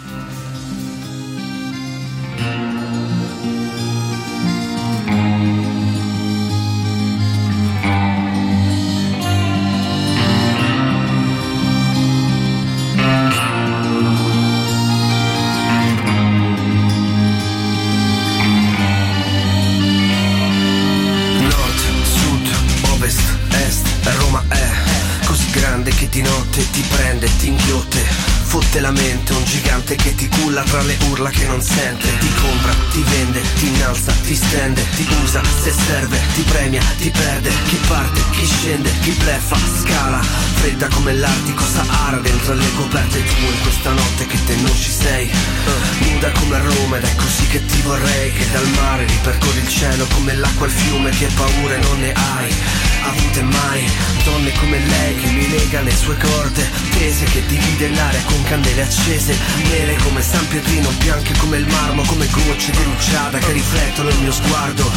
Che di notte ti prende, ti inghiotte, fotte la mente, un gigante che ti culla tra le urla che non sente, ti compra, ti vende, ti innalza, ti stende, ti usa, se serve, ti premia, ti perde, chi parte, chi scende, chi bleffa, scala, fredda come l'Artico Sahara dentro le coperte tue in questa notte che te non ci sei, uh, nuda come Roma ed è così che ti vorrei, che dal mare ripercorri il cielo come l'acqua al fiume, che paure non ne hai avute mai, donne come lei che mi lega le sue corde tese, che divide l'aria con candele accese, nere come San Pietrino, bianche come il marmo, come gocce di rugiada che riflettono il mio sguardo.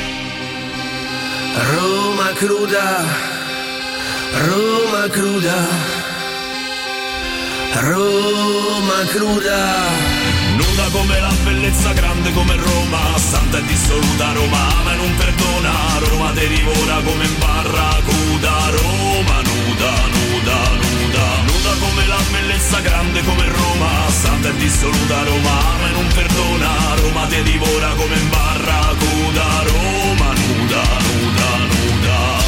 Roma cruda, Roma cruda, Roma cruda. Nuda come la bellezza, grande come Roma, santa e dissoluta Roma, ma non perdona, Roma te divora come in barracuda, Roma nuda, nuda, nuda, nuda come la bellezza, grande come Roma, santa e dissoluta Roma, ma non perdona, Roma te divora come in barracuda, Roma nuda, nuda, nuda.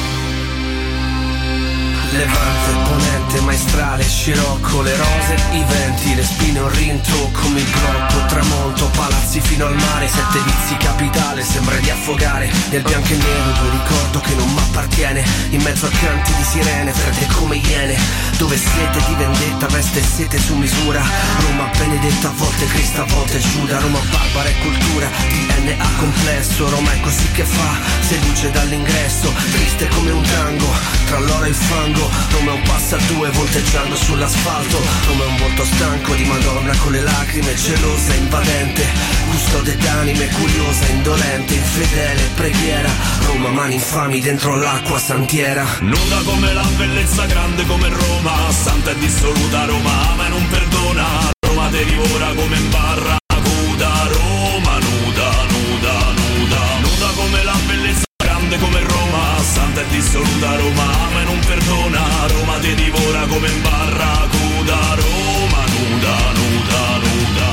Levante, ponente, maestrale, scirocco, le rose, i venti, le spine, un rintocco, il blocco, tramonto, palazzi fino al mare, sette vizi capitale, sembra di affogare nel bianco e nero, tuo ricordo che non m'appartiene, in mezzo a canti di sirene, fredde come iene, dove sete di vendetta, veste e sete su misura, Roma benedetta, a volte Cristo, a volte Giuda, Roma barbara e cultura, D N A complesso, Roma è così che fa, seduce dall'ingresso, triste come un tango, tra l'oro e il fango, Roma è un passo a due volteggiando sull'asfalto, Roma è un volto stanco di Madonna con le lacrime, gelosa, invadente, custode d'anime, curiosa, indolente, infedele, preghiera, Roma mani infami dentro l'acqua santiera. Nuda come la bellezza, grande come Roma, santa e dissoluta Roma, ma non perdona, Roma te divora come in barracuda, Roma nuda, nuda, nuda, nuda come la bellezza, grande come Roma, santa e dissoluta Roma, ma non perdona, Roma ti divora come in barracuda, Roma nuda, nuda, nuda.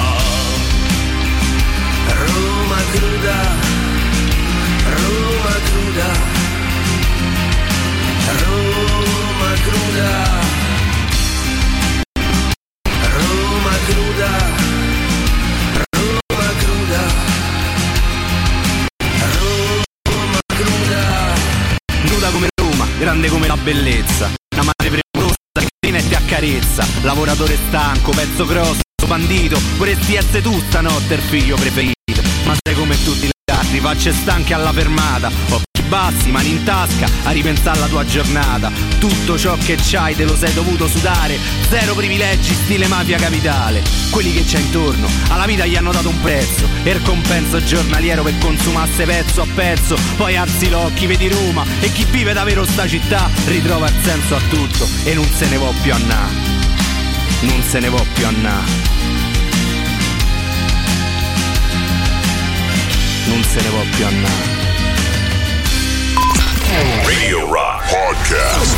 Roma cruda, Roma cruda, Roma cruda, Roma cruda, Roma cruda, Roma cruda. Nuda come Roma, grande come la bellezza, una madre premurosa che viene e ti accarezza, lavoratore stanco, pezzo grosso, bandito, vorresti essere tu stanotte il figlio preferito, ma sei come tutti gli altri, facce stanche alla fermata, occhi bassi, mani in tasca, a ripensare alla tua giornata, tutto ciò che c'hai te lo sei dovuto sudare, zero privilegi stile mafia capitale, quelli che c'è intorno, alla vita gli hanno dato un prezzo, e il compenso giornaliero per consumasse pezzo a pezzo, poi alzi l'occhi, vedi Roma, e chi vive davvero sta città ritrova il senso a tutto, e non se ne può più annà, non se ne può più annà. Non se ne può più andare. Radio Rock Podcast.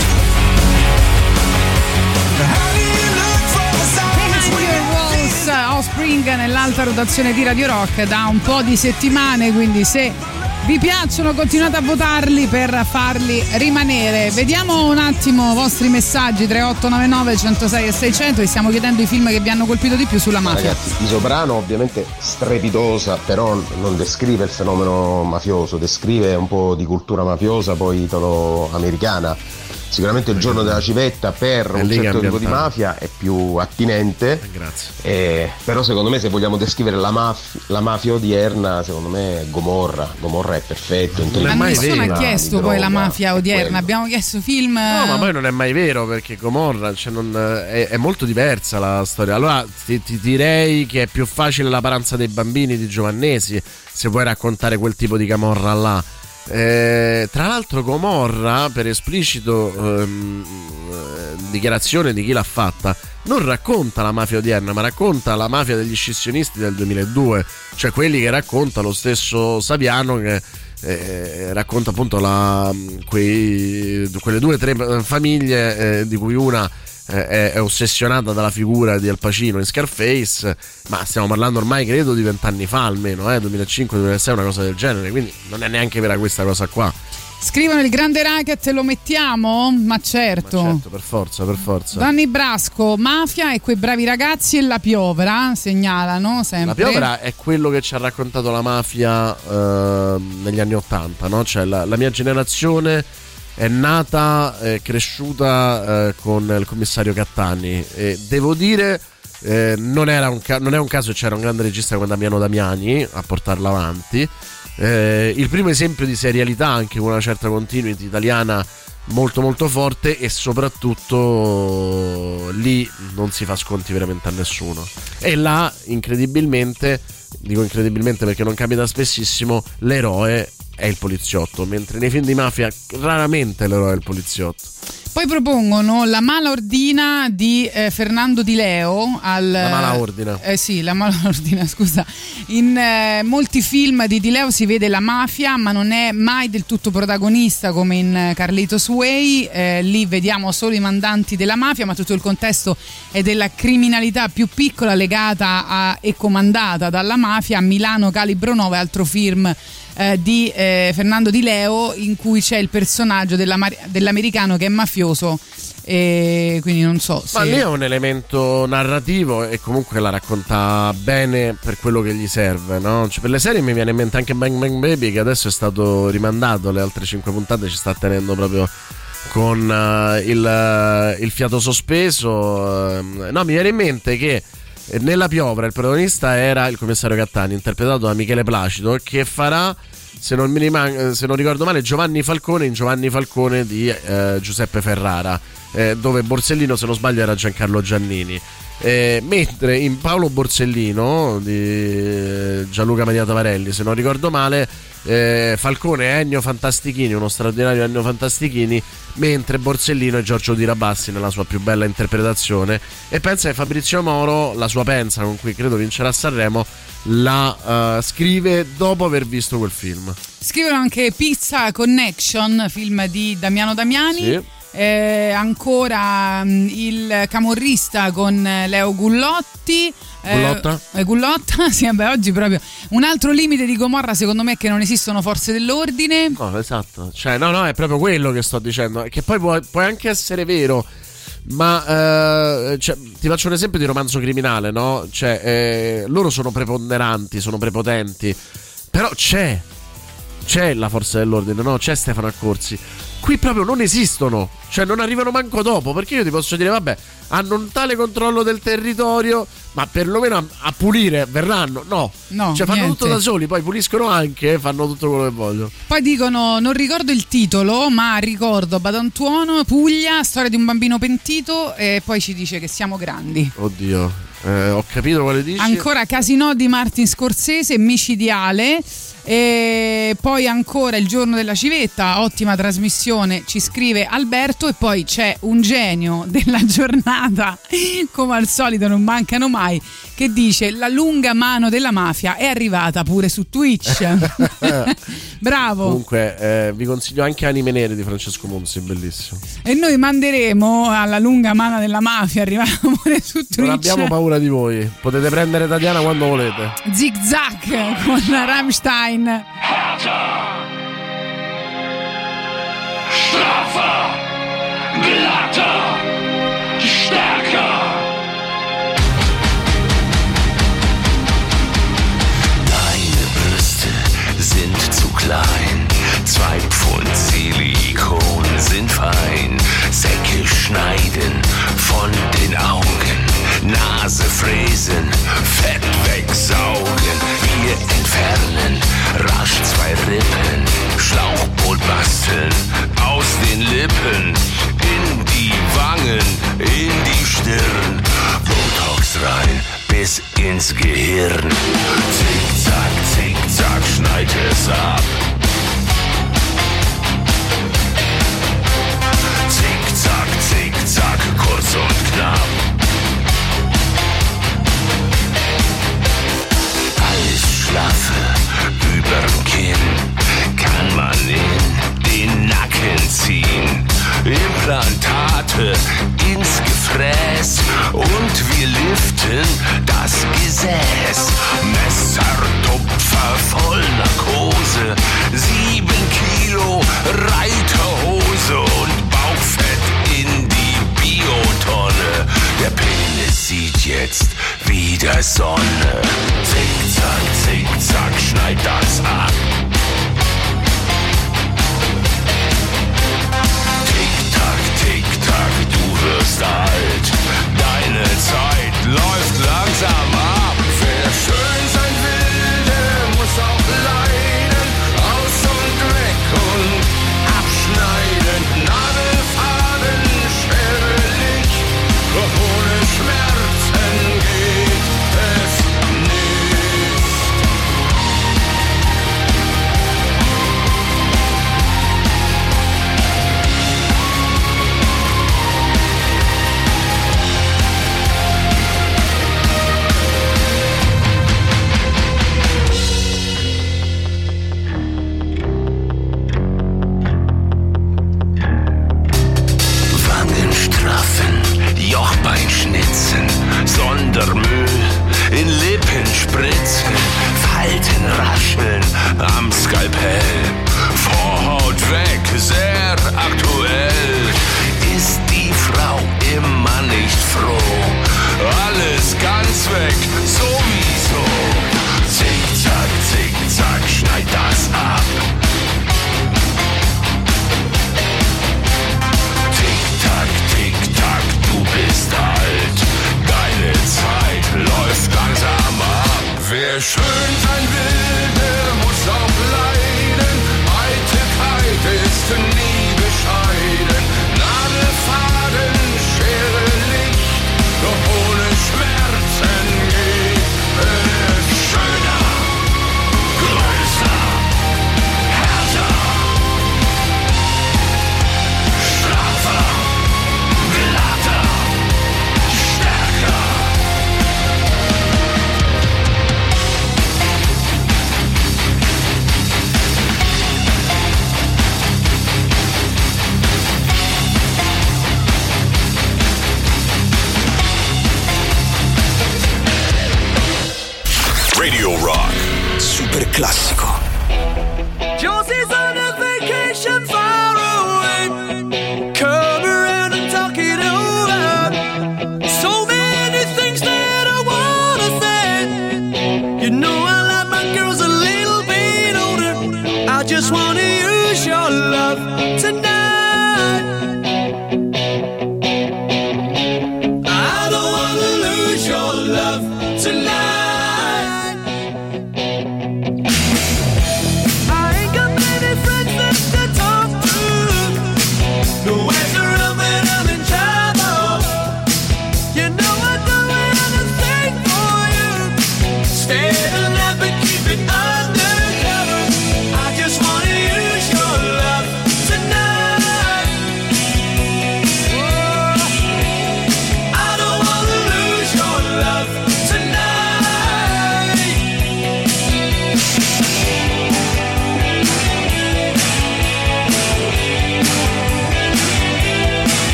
Offspring nell'alta rotazione di Radio Rock da un po' di settimane, quindi se vi piacciono, continuate a votarli per farli rimanere. Vediamo un attimo i vostri messaggi tre otto nove nove, centosei e seicento. Vi stiamo chiedendo i film che vi hanno colpito di più sulla mafia. Ragazzi, I Soprano ovviamente strepitosa, però non descrive il fenomeno mafioso, descrive un po' di cultura mafiosa, poi italo-americana. Sicuramente Il giorno della civetta per un certo tipo di mafia è più attinente, Grazie. eh, però secondo me se vogliamo descrivere la, maf- la mafia odierna, secondo me Gomorra Gomorra è perfetto. Ma nessuno ha chiesto poi la mafia odierna, abbiamo chiesto film. No, ma poi non è mai vero, perché Gomorra, cioè non, è, è molto diversa la storia. Allora ti, ti direi che è più facile La paranza dei bambini di Giovannesi, se vuoi raccontare quel tipo di camorra là. Eh, tra l'altro Gomorra, per esplicito ehm, dichiarazione di chi l'ha fatta, non racconta la mafia odierna, ma racconta la mafia degli scissionisti del duemiladue, cioè quelli che racconta lo stesso Saviano, che eh, racconta appunto la, quei, quelle due o tre famiglie eh, di cui una È, è ossessionata dalla figura di Al Pacino in Scarface, ma stiamo parlando ormai credo di vent'anni fa almeno, eh, duemilacinque duemilasei, una cosa del genere, quindi non è neanche vera questa cosa qua. Scrivono Il grande racket, lo mettiamo? Ma certo, Ma certo, per forza, per forza. Danny Brasco, mafia e quei bravi ragazzi e La piovra, segnalano sempre. La piovra è quello che ci ha raccontato la mafia eh, negli anni ottanta, no? Cioè la, la mia generazione è nata e eh, cresciuta eh, con il commissario Cattani, e devo dire eh, non, era un ca- non è un caso che c'era un grande regista come Damiano Damiani a portarla avanti, eh, il primo esempio di serialità anche con una certa continuity italiana molto molto forte, e soprattutto lì non si fa sconti veramente a nessuno, e là incredibilmente, dico incredibilmente perché non capita spessissimo, l'eroe è il poliziotto, mentre nei film di mafia raramente l'eroe è il poliziotto. Poi propongono La mala ordina di eh, Fernando Di Leo al, La mala ordina eh sì, La mala ordina, scusa. In eh, molti film di Di Leo si vede la mafia, ma non è mai del tutto protagonista come in Carlitos Way. Eh, lì vediamo solo i mandanti della mafia, ma tutto il contesto è della criminalità più piccola legata a, e comandata dalla mafia. Milano Calibro nove, altro film Eh, di eh, Fernando Di Leo, in cui c'è il personaggio della, dell'americano che è mafioso, e quindi non so se... Ma lì è un elemento narrativo e comunque la racconta bene per quello che gli serve, no? Cioè, per le serie mi viene in mente anche Bang Bang Baby, che adesso è stato rimandato, le altre cinque puntate ci sta tenendo proprio con uh, il, uh, il fiato sospeso. Uh, no, mi viene in mente che nella piovra il protagonista era il commissario Cattani, interpretato da Michele Placido, che farà, se non, mi rimang- se non ricordo male, Giovanni Falcone in Giovanni Falcone di eh, Giuseppe Ferrara, eh, dove Borsellino, se non sbaglio, era Giancarlo Giannini. Eh, mentre in Paolo Borsellino di Gianluca Maria Tavarelli, se non ricordo male, eh, Falcone è Ennio Fantastichini, uno straordinario Ennio Fantastichini, mentre Borsellino è Giorgio Di Rabassi nella sua più bella interpretazione. E pensa che Fabrizio Moro, la sua pensa, con cui credo vincerà Sanremo, la uh, scrive dopo aver visto quel film. Scrivono anche Pizza Connection, film di Damiano Damiani. Sì. Eh, ancora mh, Il camorrista con Leo Gullotti. Gullotta? Eh, Gullotta, sì, vabbè, oggi proprio. Un altro limite di Gomorra, secondo me, è che non esistono forze dell'ordine. No, esatto. Cioè, no, no, è proprio quello che sto dicendo. Che poi può, può anche essere vero, ma eh, cioè, ti faccio un esempio di romanzo criminale, no? Cioè, eh, loro sono preponderanti, sono prepotenti, però c'è c'è la forza dell'ordine, no? C'è Stefano Accorsi. Qui proprio non esistono, cioè non arrivano manco dopo, perché io ti posso dire, vabbè, hanno un tale controllo del territorio, ma perlomeno a, a pulire verranno, no, no, cioè fanno niente. tutto da soli, poi puliscono anche, fanno tutto quello che vogliono. Poi dicono, non ricordo il titolo, ma ricordo Badantuono, Puglia, storia di un bambino pentito, e poi ci dice che siamo grandi. Oddio, eh, ho capito quale dici. Ancora Casino di Martin Scorsese, Micidiale. E poi ancora Il giorno della civetta, ottima trasmissione, ci scrive Alberto. E poi c'è un genio della giornata, come al solito non mancano mai, che che dice: la lunga mano della mafia è arrivata pure su Twitch. Bravo. Comunque eh, vi consiglio anche Anime Nere di Francesco Monsi, bellissimo. E noi manderemo alla lunga mano della mafia arrivata pure su Twitch. Non abbiamo paura di voi, potete prendere Tatiana quando volete. Zig Zag con Rammstein. Straffer, glatter, stärker. Deine Brüste sind zu klein, zwei Pfund Silikon sind fein. Säcke schneiden von den Augen, Nase fräsen, Fett wegsaugen. Wir entfernen rasch zwei Rippen, Schlauchboot basteln aus den Lippen, in die Wangen, in die Stirn, Botox rein bis ins Gehirn. Zickzack, zickzack, schneid es ab. Zickzack, zickzack, kurz und knapp. Alles Schlaffe überm Kinn kann man in den Nacken ziehen. Implantate ins Gefräß und wir liften das Gesäß. Messertupfer voll Narkose, sieben Kilo Reiterhose und Bauchfett in die Biotonne. Der Penis sieht jetzt wieder Sonne. Zickzack, zickzack, schneid das ab. Tick-Tack, du wirst alt. Deine Zeit läuft langsam ab. Wer schön sein will, der muss auch leiden. Aus und weg und abschneiden. Nadelfaden, Schere, Licht. Doch ohne Schmerzen geht es nicht. Jochbein schnitzen, Sondermüll in Lippen spritzen, Falten rascheln am Skalpell, Vorhaut weg, sehr aktuell. Ist die Frau immer nicht froh? Alles ganz weg, sowieso. Zickzack, zickzack, schneid das ab. Tick-Tack, Tick-Tack, du bist alt. Deine Zeit läuft langsam ab. Wer schön sein will, der muss auch leiden. Eitelkeit ist nie bescheiden. Nadelfaden, Schere, Licht. Doch ohne Schmerzen geht es schöner, größer, härter, straffer, glatter, stärker. Radio Rock. Super classico. Josie's on a vacation far away. Come around and talk it over. So many things that I wanna say. You know I like my girls a little bit older. I just wanna use your love tonight. I don't wanna lose your love tonight. Tonight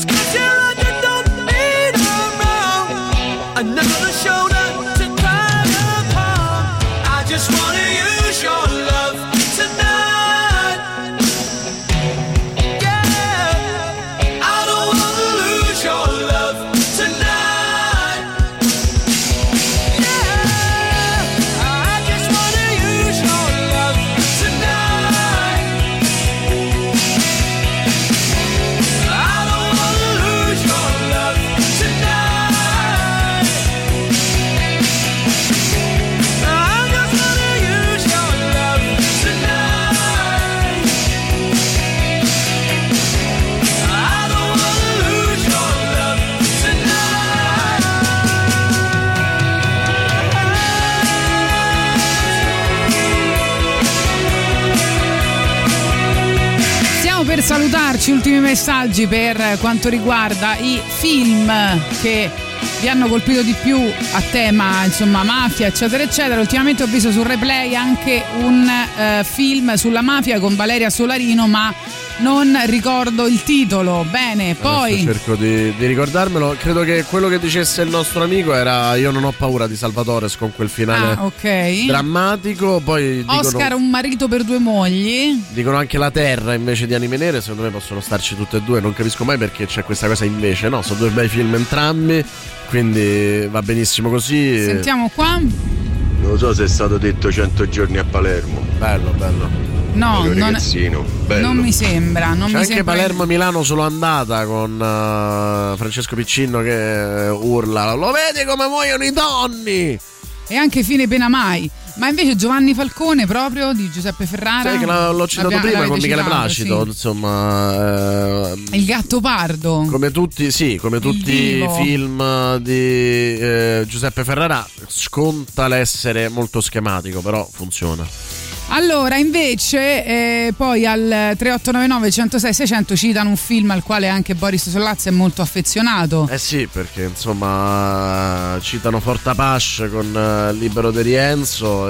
Just 'cause you're on it don't mean I'm wrong. Another shoulder to cry upon. I just wanna use your love tonight. Yeah, I don't wanna lose your love tonight. Yeah, I just wanna use your love tonight. I don't wanna lose your love tonight. I just wanna use your love tonight. I don't wanna lose your love Stiamo per salutarci, ultimi messaggi per quanto riguarda i film che vi hanno colpito di più a tema, insomma, mafia, eccetera, eccetera. Ultimamente ho visto su Replay anche un eh, film sulla mafia con Valeria Solarino, ma non ricordo il titolo. Bene, poi Adesso cerco di, di ricordarmelo. Credo che quello che dicesse il nostro amico era Io non ho paura di Salvatore, con quel finale ah, ok. drammatico. Poi Oscar, dicono, un marito per due mogli. dicono anche La Terra invece di Anime Nere. Secondo me possono starci tutte e due. Non capisco mai perché c'è questa cosa invece. No, sono due bei film entrambi, quindi va benissimo così. Sentiamo qua. Non lo so se è stato detto cento giorni a Palermo. Bello, bello. No, Bello, non, ragazzino, bello. non mi sembra. Non C'è mi anche sembra. Palermo-Milano solo andata con uh, Francesco Piccinno che urla: lo vedi come muoiono i donni? E anche Fine pena mai. Ma invece Giovanni Falcone proprio di Giuseppe Ferrara. Sai che l'ho citato L'abbia- prima l'avete con Michele citato, Placido, sì. insomma, eh, Il gatto pardo. come tutti, sì, come tutti i divo. film di eh, Giuseppe Ferrara, sconta l'essere molto schematico, però funziona. Allora, invece, eh, poi al tre otto nove nove uno zero sei sei zero zero citano un film al quale anche Boris Sollazzo è molto affezionato. Eh sì, perché insomma citano Fortapache con eh, Libero de Rienzo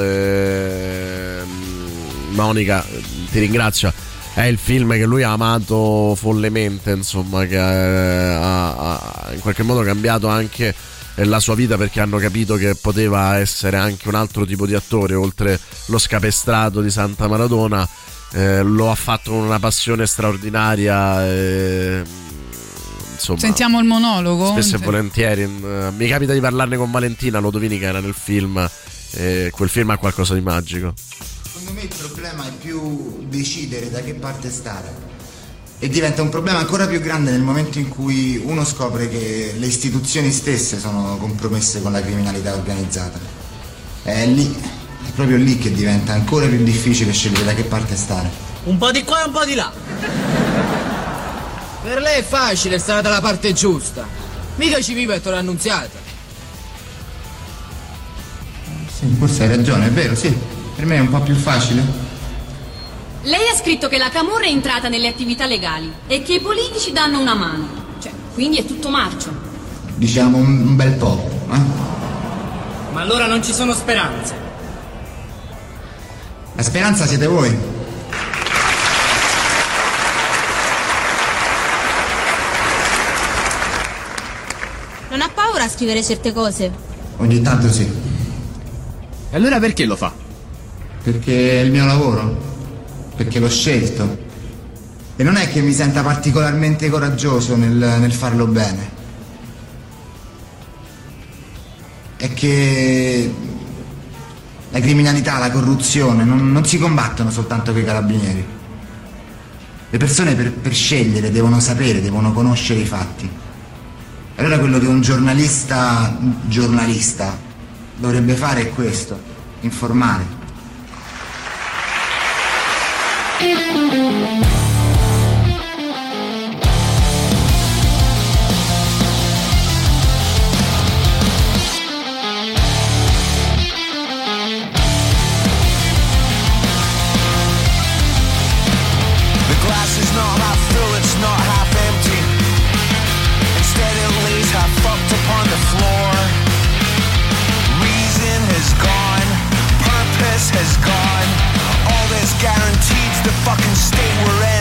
e mm, Monica, ti ringrazio. È il film che lui ha amato follemente, insomma, che eh, ha, ha in qualche modo cambiato anche la sua vita, perché hanno capito che poteva essere anche un altro tipo di attore oltre lo scapestrato di Santa Maradona. Eh, lo ha fatto con una passione straordinaria e, insomma, Sentiamo il monologo. spesso e volentieri eh, mi capita di parlarne con Valentina Lodovini, che era nel film, e quel film ha qualcosa di magico. Secondo me il problema è più decidere da che parte stare, e diventa un problema ancora più grande nel momento in cui uno scopre che le istituzioni stesse sono compromesse con la criminalità organizzata. È lì, è proprio lì che diventa ancora più difficile scegliere da che parte stare. Un po' di qua e un po' di là. Per lei è facile stare dalla parte giusta. Mica ci vive Ettore Annunziata. Sì, forse hai ragione, è vero, sì. Per me è un po' più facile. Lei ha scritto che la Camorra è entrata nelle attività legali e che i politici danno una mano. Cioè, quindi è tutto marcio. Diciamo un, un bel po', eh? Ma allora non ci sono speranze. La speranza siete voi. Non ha paura a scrivere certe cose? Ogni tanto sì. E allora perché lo fa? Perché è il mio lavoro. Perché l'ho scelto. E non è che mi senta particolarmente coraggioso nel, nel farlo bene. È che la criminalità, la corruzione non, non si combattono soltanto con i carabinieri. Le persone per, per scegliere devono sapere, devono conoscere i fatti. E allora quello che un giornalista, giornalista dovrebbe fare è questo: informare. Has gone. All this guarantees the fucking state we're in.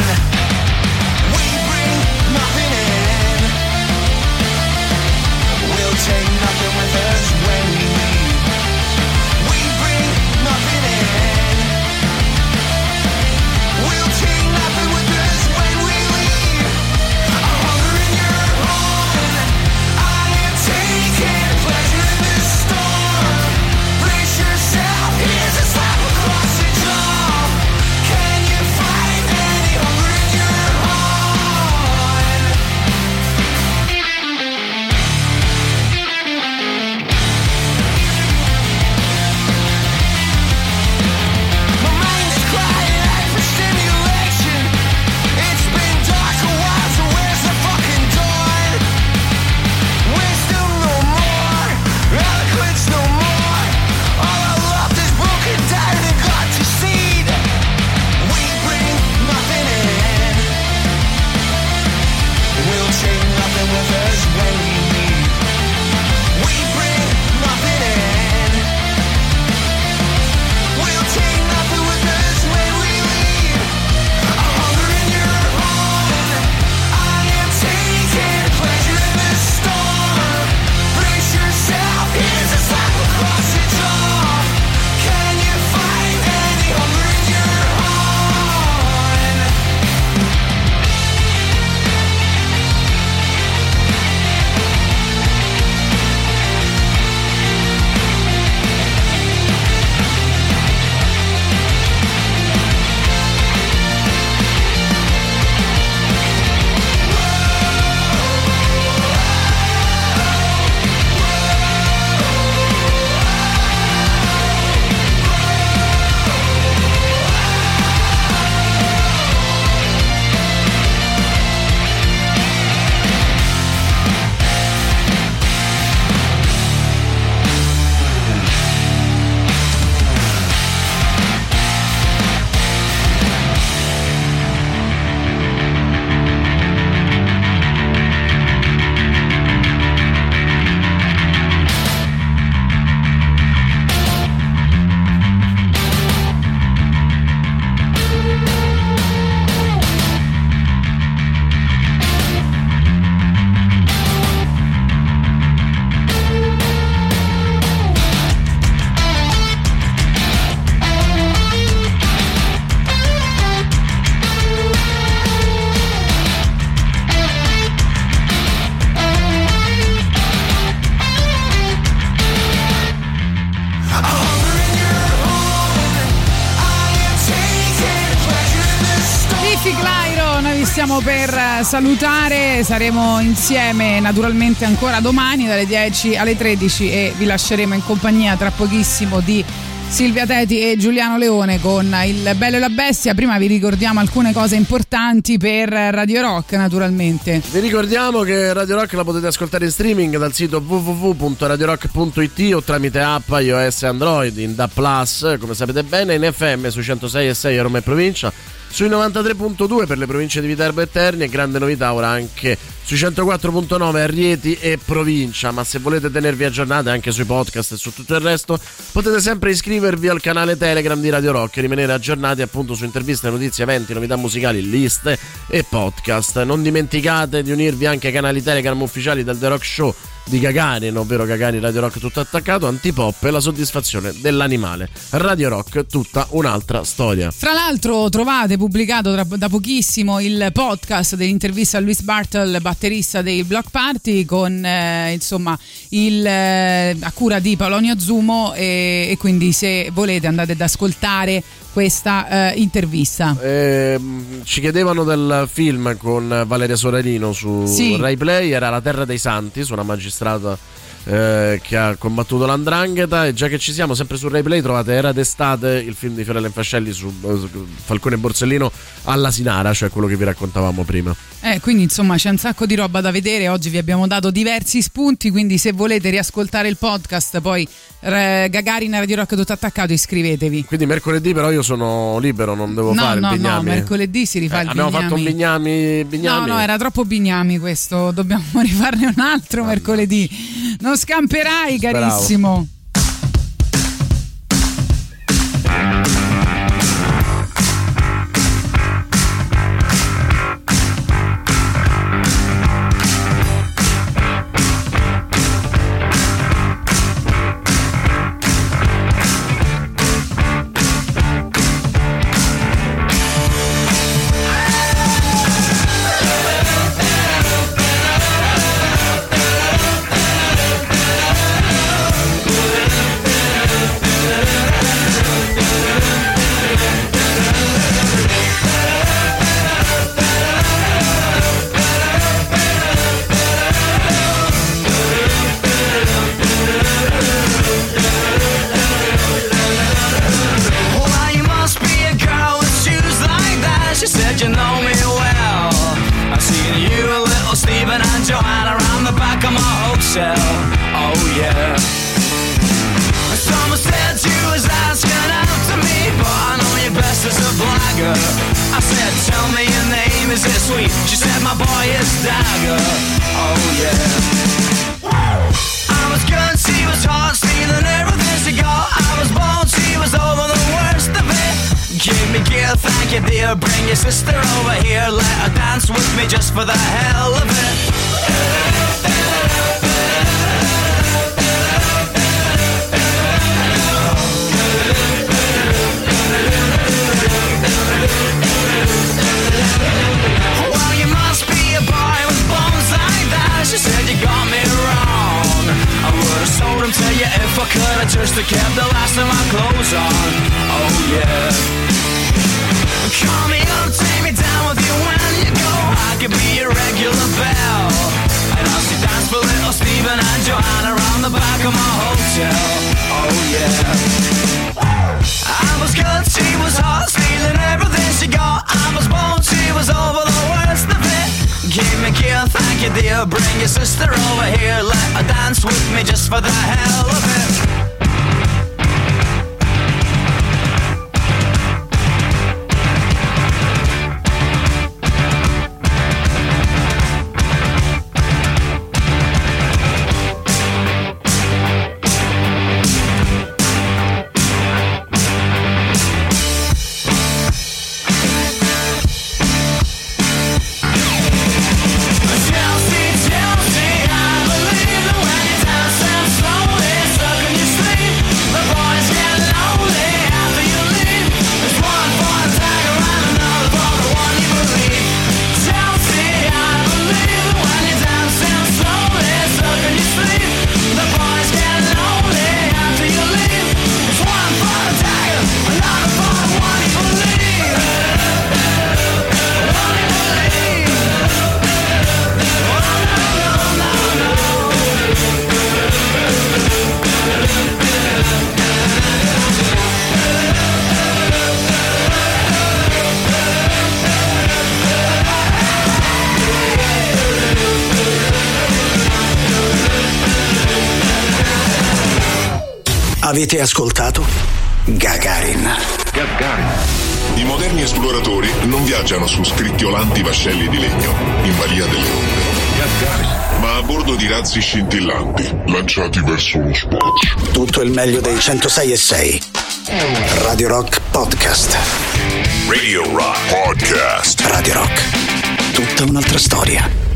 stiamo per salutare, saremo insieme naturalmente ancora domani dalle dieci alle tredici e vi lasceremo in compagnia tra pochissimo di Silvia Teti e Giuliano Leone con Il Bello e la Bestia. Prima vi ricordiamo alcune cose importanti per Radio Rock, naturalmente. Vi ricordiamo che Radio Rock la potete ascoltare in streaming dal sito w w w punto radio rock punto i t o tramite app iOS e Android, in D A B plus, come sapete bene, in F M sui centosei e sei a Roma e provincia, sui novantatré virgola due per le province di Viterbo e Terni, e grande novità ora anche sui centoquattro virgola nove a Rieti e provincia. Ma se volete tenervi aggiornati anche sui podcast e su tutto il resto, potete sempre iscrivervi al canale Telegram di Radio Rock e rimanere aggiornati appunto su interviste, notizie, eventi, novità musicali, liste e podcast. Non dimenticate di unirvi anche ai canali Telegram ufficiali del The Rock Show di Gagarin, ovvero Gagarin Radio Rock tutto attaccato, Antipop e la soddisfazione dell'animale. Radio Rock, tutta un'altra storia. Fra l'altro trovate pubblicato tra, da pochissimo il podcast dell'intervista a Luis Bartel, batterista dei Block Party, con eh, insomma il eh, a cura di Paolonio Zumo, e, e quindi se volete andate ad ascoltare questa eh, intervista. Eh, ci chiedevano del film con Valeria Sorarino su sì. Rai Play, era La Terra dei Santi, su una magistrata eh, che ha combattuto l'Andrangheta, e già che ci siamo sempre su Rai Play trovate Era d'estate, il film di Fiorella Infascelli su uh, Falcone e Borsellino all'Asinara, cioè quello che vi raccontavamo prima. Eh, quindi insomma c'è un sacco di roba da vedere. Oggi vi abbiamo dato diversi spunti, quindi se volete riascoltare il podcast poi eh, Gagarin Radio Rock tutto attaccato, iscrivetevi. Quindi mercoledì però io sono libero, non devo no, fare no, il Bignami. No, mercoledì si rifà eh, il abbiamo Bignami. fatto un Bignami, Bignami. No, no, era troppo Bignami questo, dobbiamo rifarne un altro mercoledì. Non scamperai, carissimo. Chelsea, Chelsea, I believe that when you dance and slowly suck on your Avete ascoltato Gagarin. Gagarin. I moderni esploratori non viaggiano su scricchiolanti vascelli di legno in balia delle onde, Gagarin, ma a bordo di razzi scintillanti lanciati verso lo spazio. Tutto il meglio dei centosei e sei. Radio Rock Podcast. Radio Rock Podcast. Radio Rock. Tutta un'altra storia.